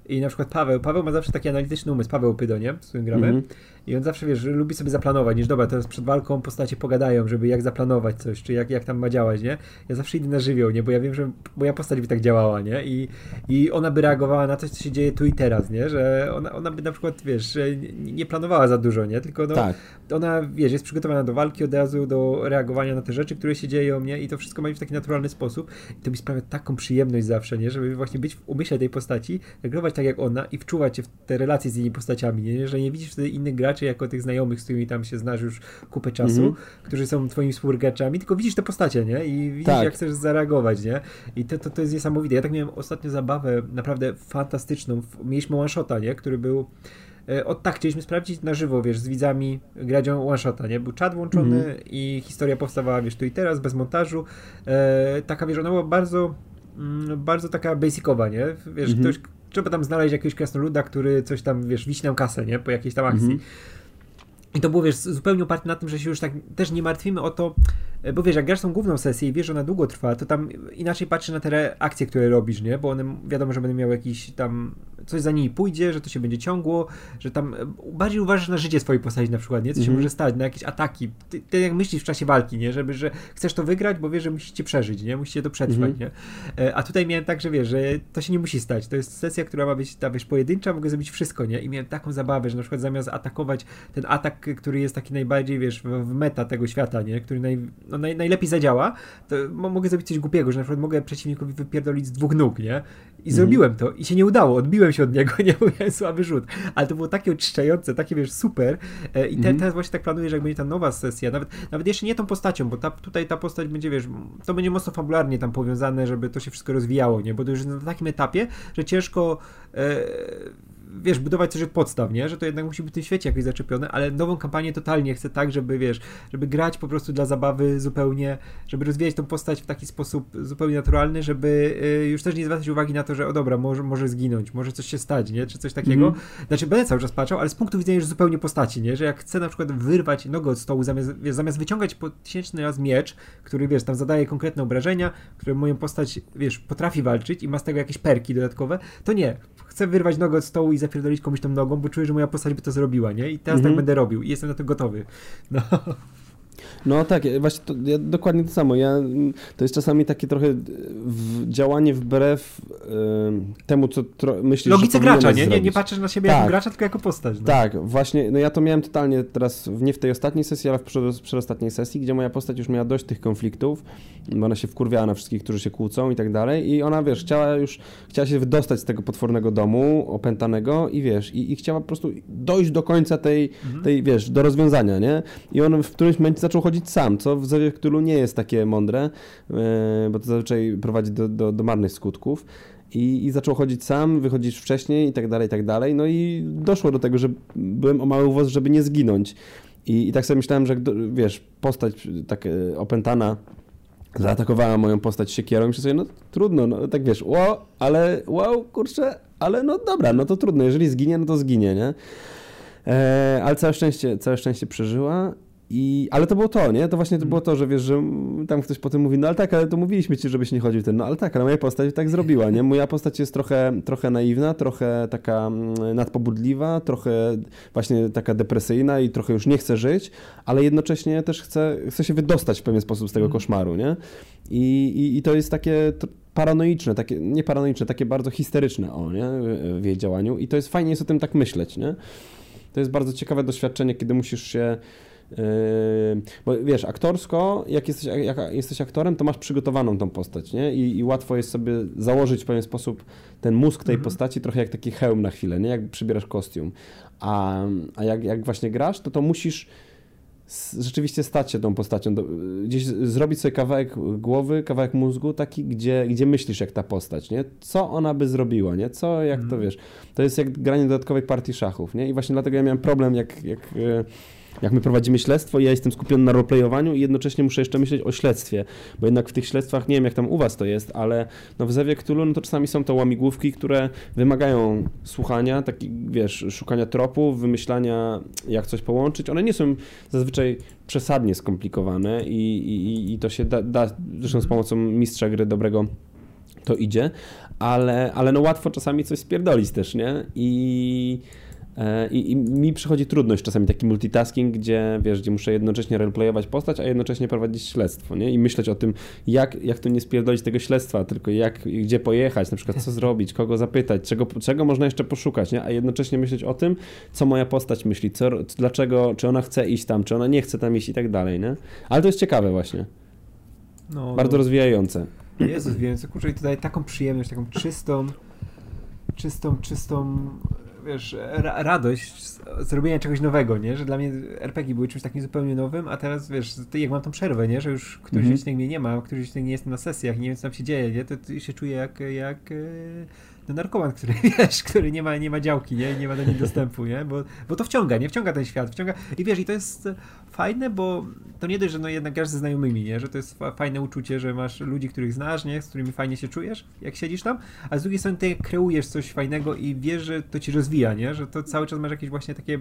I na przykład Paweł, Paweł ma zawsze taki analityczny umysł, Paweł Pydo, nie? Z którym gramy. Mm-hmm. I on zawsze, wiesz, że lubi sobie zaplanować, niż dobra, teraz przed walką postacie pogadają, żeby jak zaplanować coś, czy jak, jak tam ma działać, nie? Ja zawsze idę na żywioł, nie? Bo ja wiem, że moja postać by tak działała, nie? I, i ona by reagowała na coś, co się dzieje tu i teraz, nie? Że ona, ona by na przykład, wiesz, nie, nie planowała za dużo, nie? Tylko no, tak. Ona, wiesz, jest przygotowana do walki od razu, do reagowania na te rzeczy, które się dzieją, nie? I to wszystko ma w taki naturalny sposób. I to mi sprawia taką przyjemność zawsze, nie? Żeby właśnie być w umyśle tej postaci, reagować tak jak ona i wczuwać się w te relacje z innymi postaciami, nie? Że nie widzisz wtedy innych graczy jako tych znajomych, z którymi tam się znasz już kupę czasu, mm-hmm. którzy są twoimi współgraczami, tylko widzisz te postacie, nie? I widzisz, tak. jak chcesz zareagować, nie? I to, to, to jest niesamowite. Ja tak miałem ostatnio zabawę naprawdę fantastyczną. Mieliśmy one-shota, nie? Który był od tak, chcieliśmy sprawdzić na żywo, wiesz, z widzami grać one-shota, nie? Był czat włączony mm-hmm. i historia powstawała, wiesz, tu i teraz, bez montażu. E, taka, wiesz, ona była bardzo mm, bardzo taka basicowa, nie? Wiesz, mm-hmm. ktoś, trzeba tam znaleźć jakiegoś krasnoluda, który coś tam, wiesz, wiś nam kasę, nie? Po jakiejś tam akcji. Mm-hmm. I to było, wiesz, zupełnie oparte na tym, że się już tak też nie martwimy o to, bo wiesz, jak grasz tą główną sesję i wiesz, że ona długo trwa, to tam inaczej patrzysz na te akcje, które robisz, nie? Bo one, wiadomo, że będą miały jakiś tam, coś za nimi pójdzie, że to się będzie ciągło, że tam bardziej uważasz na życie swojej postaci na przykład, nie? Co się mm-hmm. może stać, na jakieś ataki. Ty, ty jak myślisz w czasie walki, nie? Żeby, że chcesz to wygrać, bo wiesz, że musicie przeżyć, nie? Musicie to przetrwać, mm-hmm. nie? A tutaj miałem tak, że wiesz, że to się nie musi stać. To jest sesja, która ma być ta, wiesz, pojedyncza, mogę zrobić wszystko, nie? I miałem taką zabawę, że na przykład zamiast atakować ten atak, który jest taki najbardziej, wiesz, w meta tego świata, nie? Który naj, no, naj, najlepiej zadziała, to m- mogę zrobić coś głupiego, że na przykład mogę przeciwnikowi wypierdolić z dwóch nóg, nie? I mm-hmm. zrobiłem to i się nie udało, odbiłem się od niego, nie? Bo miałem słaby rzut, ale to było takie oczyszczające, takie, wiesz, super e, i te, mm-hmm. teraz właśnie tak planuję, że jak będzie ta nowa sesja, nawet, nawet jeszcze nie tą postacią, bo ta, tutaj ta postać będzie, wiesz, to będzie mocno fabularnie tam powiązane, żeby to się wszystko rozwijało, nie? Bo to już jest na takim etapie, że ciężko e, wiesz, budować coś od podstaw, nie? Że to jednak musi być w tym świecie jakoś zaczepione, ale nową kampanię totalnie chcę tak, żeby, wiesz, żeby grać po prostu dla zabawy zupełnie, żeby rozwijać tą postać w taki sposób zupełnie naturalny, żeby y, już też nie zwracać uwagi na to, że o dobra, może, może zginąć, może coś się stać, nie? Czy coś takiego. Mm. Znaczy, będę cały czas patrzał, ale z punktu widzenia już zupełnie postaci, nie? Że jak chcę na przykład wyrwać nogę od stołu, zamiast, wiesz, zamiast wyciągać po tysięczny raz miecz, który, wiesz, tam zadaje konkretne obrażenia, które moją postać, wiesz, potrafi walczyć i ma z tego jakieś perki dodatkowe, to nie. Chcę wyrwać nogę od stołu i zapierdolić komuś tą nogą, bo czuję, że moja postać by to zrobiła, nie? I teraz mm-hmm. tak będę robił i jestem na to gotowy. No. No tak, właśnie to, ja, dokładnie to samo. Ja, to jest czasami takie trochę w, działanie wbrew y, temu, co tro, myślisz, logice że gracza, nie? nie? Nie patrzysz na siebie tak. jako gracza, tylko jako postać. No. Tak, właśnie, no ja to miałem totalnie teraz, nie w tej ostatniej sesji, ale w przedostatniej sesji, gdzie moja postać już miała dość tych konfliktów, bo ona się wkurwiała na wszystkich, którzy się kłócą i tak dalej i ona, wiesz, chciała już, chciała się wydostać z tego potwornego domu opętanego i wiesz, i, i chciała po prostu dojść do końca tej, mhm. tej, wiesz, do rozwiązania, nie? I on w którymś momencie zaczął chodzić sam, co w Zewie Cthulhu nie jest takie mądre, yy, bo to zazwyczaj prowadzi do, do, do marnych skutków. I, I zaczął chodzić sam, wychodzić wcześniej i tak dalej, i tak dalej. No i doszło do tego, że byłem o mały włos, żeby nie zginąć. I, i tak sobie myślałem, że wiesz, postać tak opętana zaatakowała moją postać siekierą i myślę sobie, no trudno, no tak wiesz, wow, ale wow, kurczę, ale no dobra, no to trudno, jeżeli zginie, no to zginie, nie? E, ale całe szczęście, całe szczęście przeżyła. I, ale to było to, nie? To właśnie to było to, że wiesz, że tam ktoś potem mówi, no ale tak, ale to mówiliśmy ci, żebyś nie chodził ten, no ale tak, ale moja postać tak zrobiła, nie? Moja postać jest trochę, trochę naiwna, trochę taka nadpobudliwa, trochę właśnie taka depresyjna i trochę już nie chce żyć, ale jednocześnie też chce, chce się wydostać w pewien sposób z tego koszmaru, nie? I, i, i to jest takie paranoiczne, takie, nie paranoiczne, takie bardzo histeryczne, o, nie? W jej działaniu i to jest fajnie jest o tym tak myśleć, nie? To jest bardzo ciekawe doświadczenie, kiedy musisz się Yy, bo wiesz, aktorsko, jak jesteś, jak jesteś aktorem, to masz przygotowaną tą postać, nie? I, i łatwo jest sobie założyć w pewien sposób ten mózg tej mhm. postaci, trochę jak taki hełm na chwilę, nie? Jak przybierasz kostium. A, a jak, jak właśnie grasz, to to musisz rzeczywiście stać się tą postacią, do, gdzieś zrobić sobie kawałek głowy, kawałek mózgu taki, gdzie, gdzie myślisz jak ta postać, nie? Co ona by zrobiła, nie? Co, jak mhm. to wiesz? To jest jak granie dodatkowej partii szachów, nie? I właśnie dlatego ja miałem problem, jak, jak jak my prowadzimy śledztwo i ja jestem skupiony na roleplayowaniu i jednocześnie muszę jeszcze myśleć o śledztwie, bo jednak w tych śledztwach, nie wiem jak tam u was to jest, ale no w Zewie Cthulhu no to czasami są to łamigłówki, które wymagają słuchania, taki, wiesz, szukania tropów, wymyślania jak coś połączyć. One nie są zazwyczaj przesadnie skomplikowane i, i, i to się da, da, zresztą z pomocą mistrza gry dobrego to idzie, ale, ale no łatwo czasami coś spierdolić też, nie? I... I, I mi przychodzi trudność czasami taki multitasking, gdzie wiesz, gdzie muszę jednocześnie roleplayować postać, a jednocześnie prowadzić śledztwo, nie? I myśleć o tym, jak, jak tu nie spierdolić tego śledztwa, tylko jak, gdzie pojechać, na przykład co zrobić, kogo zapytać, czego, czego można jeszcze poszukać, nie? A jednocześnie myśleć o tym, co moja postać myśli, co, dlaczego, czy ona chce iść tam, czy ona nie chce tam iść i tak dalej, nie? Ale to jest ciekawe właśnie. No, bardzo no. rozwijające. Jezus, wiem, co kurczę, i tutaj taką przyjemność, taką czystą, czystą, czystą wiesz, ra- radość z zrobienia czegoś nowego, nie? Że dla mnie er pe gie były czymś takim zupełnie nowym, a teraz, wiesz, jak mam tą przerwę, nie? Że już któryś mm-hmm. odcinek mnie nie ma, któryś odcinek nie jestem na sesjach, nie wiem, co tam się dzieje, nie? To, to się czuję jak, jak no, narkoman, który, wiesz, który nie ma, nie ma działki, nie? Nie ma do niej dostępu, nie? Bo, bo to wciąga, nie? Wciąga ten świat, wciąga i wiesz, i to jest fajne, bo to nie dość, że no jednak grasz ze znajomymi, nie? Że to jest fajne uczucie, że masz ludzi, których znasz, nie? Z którymi fajnie się czujesz, jak siedzisz tam, a z drugiej strony ty kreujesz coś fajnego i wiesz, że to ci rozwija, nie? Że to cały czas masz jakieś właśnie takie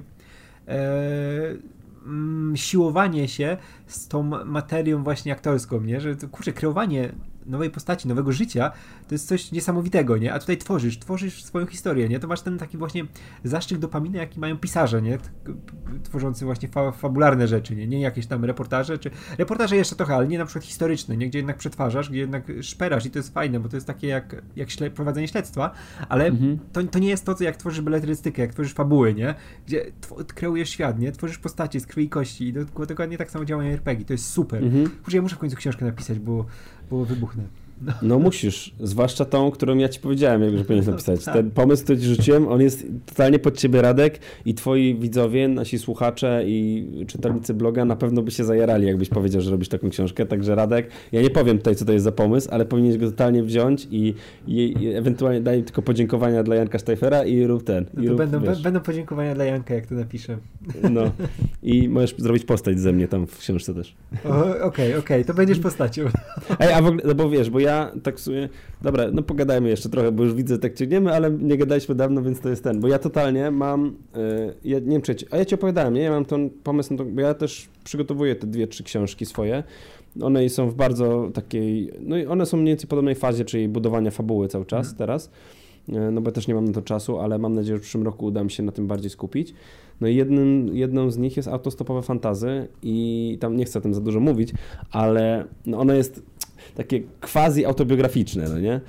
e, mm, siłowanie się z tą materią właśnie aktorską, nie? Że to, kurczę, kreowanie nowej postaci, nowego życia, to jest coś niesamowitego, nie? A tutaj tworzysz, tworzysz swoją historię, nie? To masz ten taki właśnie zastrzyk dopaminy, jaki mają pisarze, nie? Tworzący właśnie fa- fabularne rzeczy, nie? Nie jakieś tam reportaże, czy... Reportaże jeszcze trochę, ale nie na przykład historyczne, nie? Gdzie jednak przetwarzasz, gdzie jednak szperasz i to jest fajne, bo to jest takie jak, jak śle- prowadzenie śledztwa, ale mhm. to, to nie jest to, co jak tworzysz beletrystykę, jak tworzysz fabuły, nie? Gdzie tw- kreujesz świat, nie? Tworzysz postacie z krwi i kości i do- dokładnie tak samo działają er pe gie, to jest super. Mhm. Kurczę, ja muszę w końcu książkę napisać, bo, bo wybuchnę. No. no musisz, zwłaszcza tą, którą ja ci powiedziałem, jak że powinieneś napisać. Ten pomysł, który ci rzuciłem, on jest totalnie pod ciebie, Radek, i twoi widzowie, nasi słuchacze i czytelnicy bloga na pewno by się zajarali, jakbyś powiedział, że robisz taką książkę. Także Radek, ja nie powiem tutaj, co to jest za pomysł, ale powinieneś go totalnie wziąć i, i, i ewentualnie daj tylko podziękowania dla Janka Sztajfera i rób ten. No i to rób, będą, b- będą podziękowania dla Janka, jak to napiszę. No i możesz zrobić postać ze mnie tam w książce też. Okej, okej, okay, okay, to będziesz postacią. Ej, a w ogóle, no bo wiesz, bo ja tak sobie, dobra, no pogadajmy jeszcze trochę, bo już widzę, tak ciągniemy, ale nie gadaliśmy dawno, więc to jest ten, bo ja totalnie mam, yy, ja nie wiem, czy ja ci, a ja ci opowiadałem, nie? Ja mam ten pomysł, no to, bo ja też przygotowuję te dwie, trzy książki swoje, one są w bardzo takiej, no i one są mniej więcej w podobnej fazie, czyli budowania fabuły cały czas hmm. teraz, yy, no bo też nie mam na to czasu, ale mam nadzieję, że w przyszłym roku uda mi się na tym bardziej skupić. No i jednym, jedną z nich jest autostopowe fantasy i tam nie chcę o tym za dużo mówić, ale no ono jest takie quasi autobiograficzne, no nie?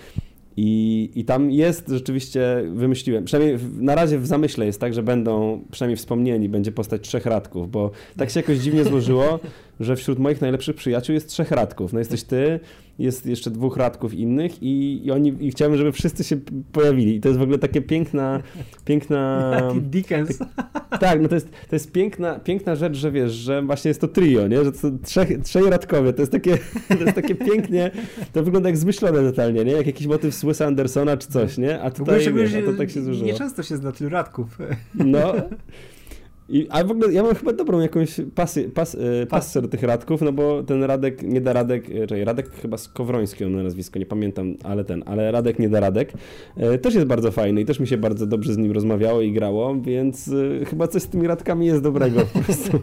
I, I tam jest rzeczywiście, wymyśliłem, przynajmniej w, na razie w zamyśle jest tak, że będą przynajmniej wspomnieni, będzie postać trzech Radków, bo tak się jakoś dziwnie złożyło, że wśród moich najlepszych przyjaciół jest trzech Radków. No jesteś ty, jest jeszcze dwóch Radków innych i, i oni i chciałem, żeby wszyscy się pojawili. I to jest w ogóle takie piękna, piękna... Jaki Dickens. Tak, tak, no to jest, to jest piękna, piękna rzecz, że wiesz, że właśnie jest to trio, nie? Że to są trzech, trzej Radkowie. To jest takie, to jest takie pięknie, to wygląda jak zmyślone totalnie, nie? Jak jakiś motyw z Wesa Andersona czy coś, nie? A tutaj, wiesz, a to tak się zużyło. Nieczęsto się zna tylu Radków. No. I, a w ogóle ja mam chyba dobrą jakąś pasję, pas, e, pasję do tych Radków, no bo ten Radek, nie da Radek, czekaj, Radek chyba Skowroński on na nazwisko, nie pamiętam, ale ten, ale Radek nie da Radek, e, też jest bardzo fajny i też mi się bardzo dobrze z nim rozmawiało i grało, więc e, chyba coś z tymi Radkami jest dobrego po prostu.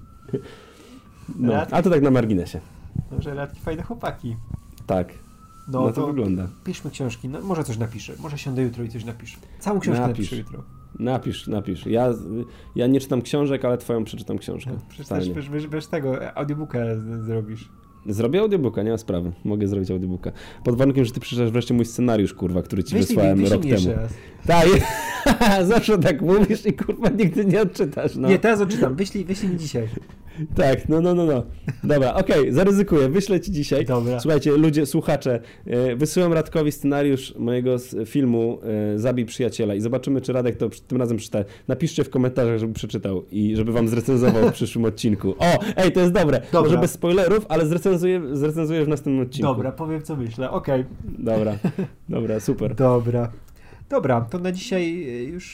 No, Radki, a to tak na marginesie. Może Radki fajne chłopaki. Tak. No, no to, to wygląda. Piszmy książki, no, może coś napiszę, może siądę jutro i coś napiszę. Całą książkę napisz. napiszę jutro. Napisz, napisz. Ja, ja nie czytam książek, ale twoją przeczytam książkę. Przeczytasz, wiesz, wiesz, wiesz tego, audiobooka zrobisz. Zrobię audiobooka, nie ma sprawy. Mogę zrobić audiobooka. Pod warunkiem, że ty przeczytasz wreszcie mój scenariusz, kurwa, który ci wyślij, wysłałem wyślij rok temu. Raz. Tak, zawsze tak mówisz i kurwa nigdy nie odczytasz. No. Nie, teraz odczytam. Wyślij, wyślij mi dzisiaj. Tak, no, no, no, no. Dobra, okej, okay, zaryzykuję, wyślę ci dzisiaj. Dobra. Słuchajcie, ludzie, słuchacze, wysyłam Radkowi scenariusz mojego filmu Zabij przyjaciela i zobaczymy, czy Radek to tym razem przeczyta. Napiszcie w komentarzach, żeby przeczytał i żeby wam zrecenzował w przyszłym odcinku. O, ej, to jest dobre. Dobra. Może bez spoilerów, ale zrecenzuję, zrecenzuję w następnym odcinku. Dobra, powiem co myślę, okej. Okay. Dobra, dobra, super. Dobra. Dobra, to na dzisiaj już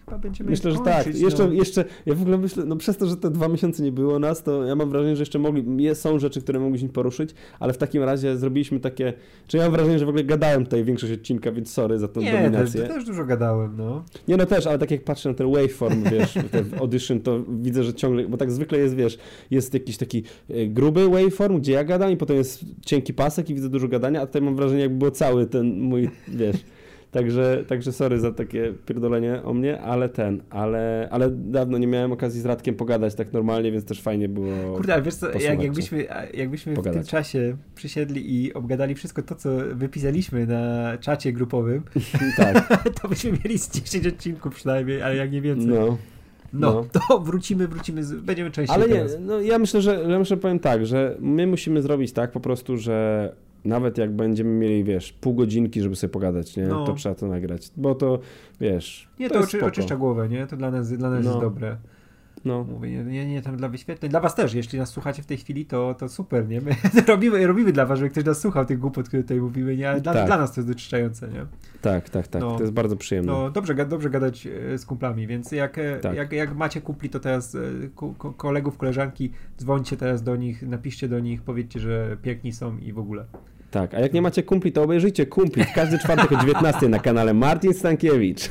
chyba będziemy Myślę, że kończyć, tak. Jeszcze, no. jeszcze, ja w ogóle myślę, no przez to, że te dwa miesiące nie było nas, to ja mam wrażenie, że jeszcze mogli, jest, są rzeczy, które mogliśmy poruszyć, ale w takim razie zrobiliśmy takie, czy ja mam wrażenie, że w ogóle gadałem tutaj większość odcinka, więc sorry za tą Nie, dominację. też, też dużo gadałem, no. Nie, no też, ale tak jak patrzę na ten waveform, wiesz, ten audition, to widzę, że ciągle, bo tak zwykle jest, wiesz, jest jakiś taki gruby waveform, gdzie ja gadam i potem jest cienki pasek i widzę dużo gadania, a tutaj mam wrażenie, jakby było cały ten mój, wiesz, także, także sorry za takie pierdolenie o mnie, ale ten, ale, ale dawno nie miałem okazji z Radkiem pogadać tak normalnie, więc też fajnie było. Kurde, ale wiesz co, jak, jakbyśmy, cię, jakbyśmy w pogadać. tym czasie przysiedli i obgadali wszystko to, co wypisaliśmy na czacie grupowym, tak. to byśmy mieli z dziesięć odcinków przynajmniej, ale jak nie więcej. No. No, No. to wrócimy, wrócimy, z, będziemy częściej Ale nie, teraz. no ja myślę, że ja myślę, powiem tak, że my musimy zrobić tak po prostu, że nawet jak będziemy mieli, wiesz, pół godzinki, żeby sobie pogadać, nie? No. To trzeba to nagrać, bo to, wiesz, Nie, to, to jest oczy, spoko. oczyszcza głowę, nie? To dla nas, dla nas No. jest dobre. No. Mówię, nie, nie, nie tam dla wyświetleń. Dla was też, jeśli nas słuchacie w tej chwili, to, to super, nie? My robimy, robimy dla was, żeby ktoś nas słuchał tych głupot, które tutaj mówimy, nie? Ale dla, Tak. dla nas to jest oczyszczające, nie? Tak, tak, tak, No. to jest bardzo przyjemne. No dobrze, ga- dobrze gadać e, z kumplami, więc jak, e, Tak. jak, jak macie kumpli, to teraz e, ko- ko- kolegów, koleżanki, dzwońcie teraz do nich, napiszcie do nich, powiedzcie, że piękni są i w ogóle. Tak, a jak nie macie kumpli, to obejrzyjcie Kumpli w każdy czwartek o dziewiętnastej na kanale Martin Stankiewicz.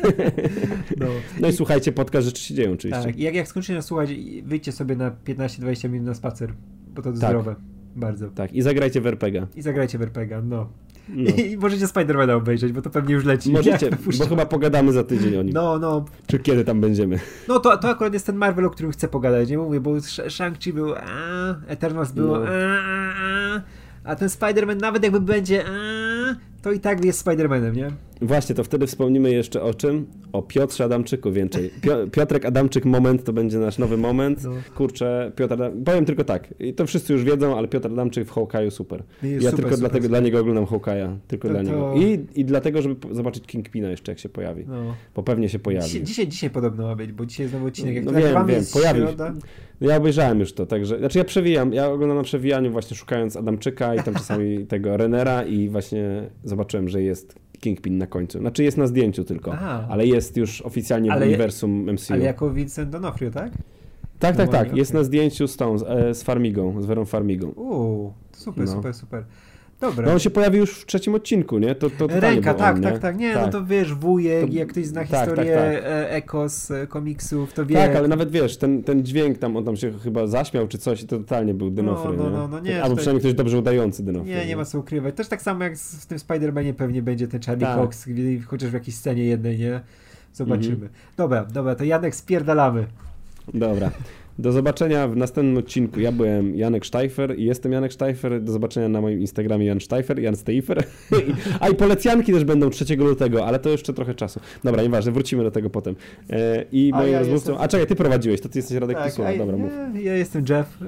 No, No i słuchajcie podcast Rzeczy się dzieją oczywiście. tak, i jak, jak skończycie nas słuchać, wyjdźcie sobie na piętnaście dwadzieścia minut na spacer, bo to jest Tak. zdrowe, bardzo. Tak, i zagrajcie w er pe gie. I zagrajcie w er pe gie, no. No. I, I możecie Spidermana obejrzeć, bo to pewnie już leci. Możecie, Jak to puszczę. bo chyba pogadamy za tydzień o nim. No, no, Czy kiedy tam będziemy. no to, to akurat jest ten Marvel, o którym chcę pogadać, nie mówię, bo Sh- Shang-Chi był a, Eternals było No. a, a, a, a ten Spider-Man nawet jakby będzie a, to i tak jest Spider-Manem, nie? Właśnie, to wtedy wspomnimy jeszcze o czym? O Piotrze Adamczyku więcej. Pio- Piotrek Adamczyk Moment to będzie nasz nowy moment. No. Kurczę, Piotr Adam... Powiem tylko tak, i to wszyscy już wiedzą, ale Piotr Adamczyk w Hawkeye'u super. Jest Ja super, tylko super, dlatego super. dla niego oglądam Hawkeye'a. Tylko To- dla to- niego. I, I dlatego, żeby po- zobaczyć Kingpina jeszcze jak się pojawi. No. Bo pewnie się pojawi. Dzisiaj, dzisiaj, dzisiaj podobno ma być, bo dzisiaj znowu odcinek. Jak No to wiem, nagrywamy, wiem, jest pojawi się. środa. Ja obejrzałem już to, także, znaczy ja przewijam, ja oglądam na przewijaniu właśnie szukając Adamczyka i tam czasami tego Renera i właśnie zobaczyłem, że jest Kingpin na końcu. Znaczy jest na zdjęciu tylko, Aha. ale jest już oficjalnie Ale w je- uniwersum em ce u. Ale jako Vincent D'Onofrio, tak? Tak, tak, Normalnie, tak, jest okej. na zdjęciu z tą, z, e, z Farmigą, z Werą Farmigą. Uuu, super, No. super, super. Dobra. No on się pojawi już w trzecim odcinku, nie? To, to totalnie Ręka, był tak, on, tak, tak. Nie, no to wiesz, wujek, To- jak ktoś zna tak, tak, historię tak. e, Eko z e, komiksów, to wie. Tak, ale nawet wiesz, ten, ten dźwięk tam, on tam się chyba zaśmiał czy coś i to totalnie był Dynofry, no, nie? no, no, nie, Albo tutaj- przynajmniej ktoś dobrze udający Dynofry. Nie, nie ma co ukrywać. Też tak samo jak z- w tym Spider-Manie pewnie będzie ten Charlie Tak. Cox, gdzie- chociaż w jakiejś scenie jednej, nie? Zobaczymy. Mhm. Dobra, dobra, to Janek spierdalamy. Dobra. Do zobaczenia w następnym odcinku. Ja byłem Janek Sztajfer i jestem Janek Sztajfer. Do zobaczenia na moim Instagramie Jan Sztajfer, Jan Steifer. A i polecjanki też będą trzeciego lutego, ale to jeszcze trochę czasu. Dobra, nieważne, wrócimy do tego potem. E, I A moim ja rozmówcą... jestem- A czekaj, ty prowadziłeś, to ty jesteś Radek Pisula. a- Dobra, mów. nie, ja jestem Jeff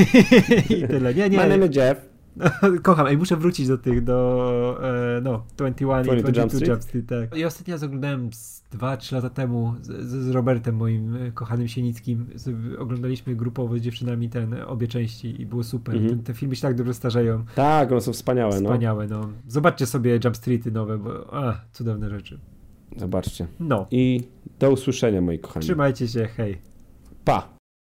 i, i tyle. Nie, nie. My name is Jeff. Kocham, ej, muszę wrócić do tych, do e, no, dwadzieścia jeden i dwadzieścia dwa dwadzieścia dwa Jump Jump Street, tak. I ostatnio raz oglądałem dwa trzy lata temu z, z, z Robertem, moim e, kochanym Sienickim. Z, oglądaliśmy grupowo z dziewczynami ten, e, obie części i było super. Mhm. Ten, te filmy się tak dobrze starzeją. Tak, one są wspaniałe, no. Wspaniałe, no. Zobaczcie sobie Jump Streety nowe, bo a, cudowne rzeczy. Zobaczcie. No. I do usłyszenia, moi kochani. Trzymajcie się, hej. Pa!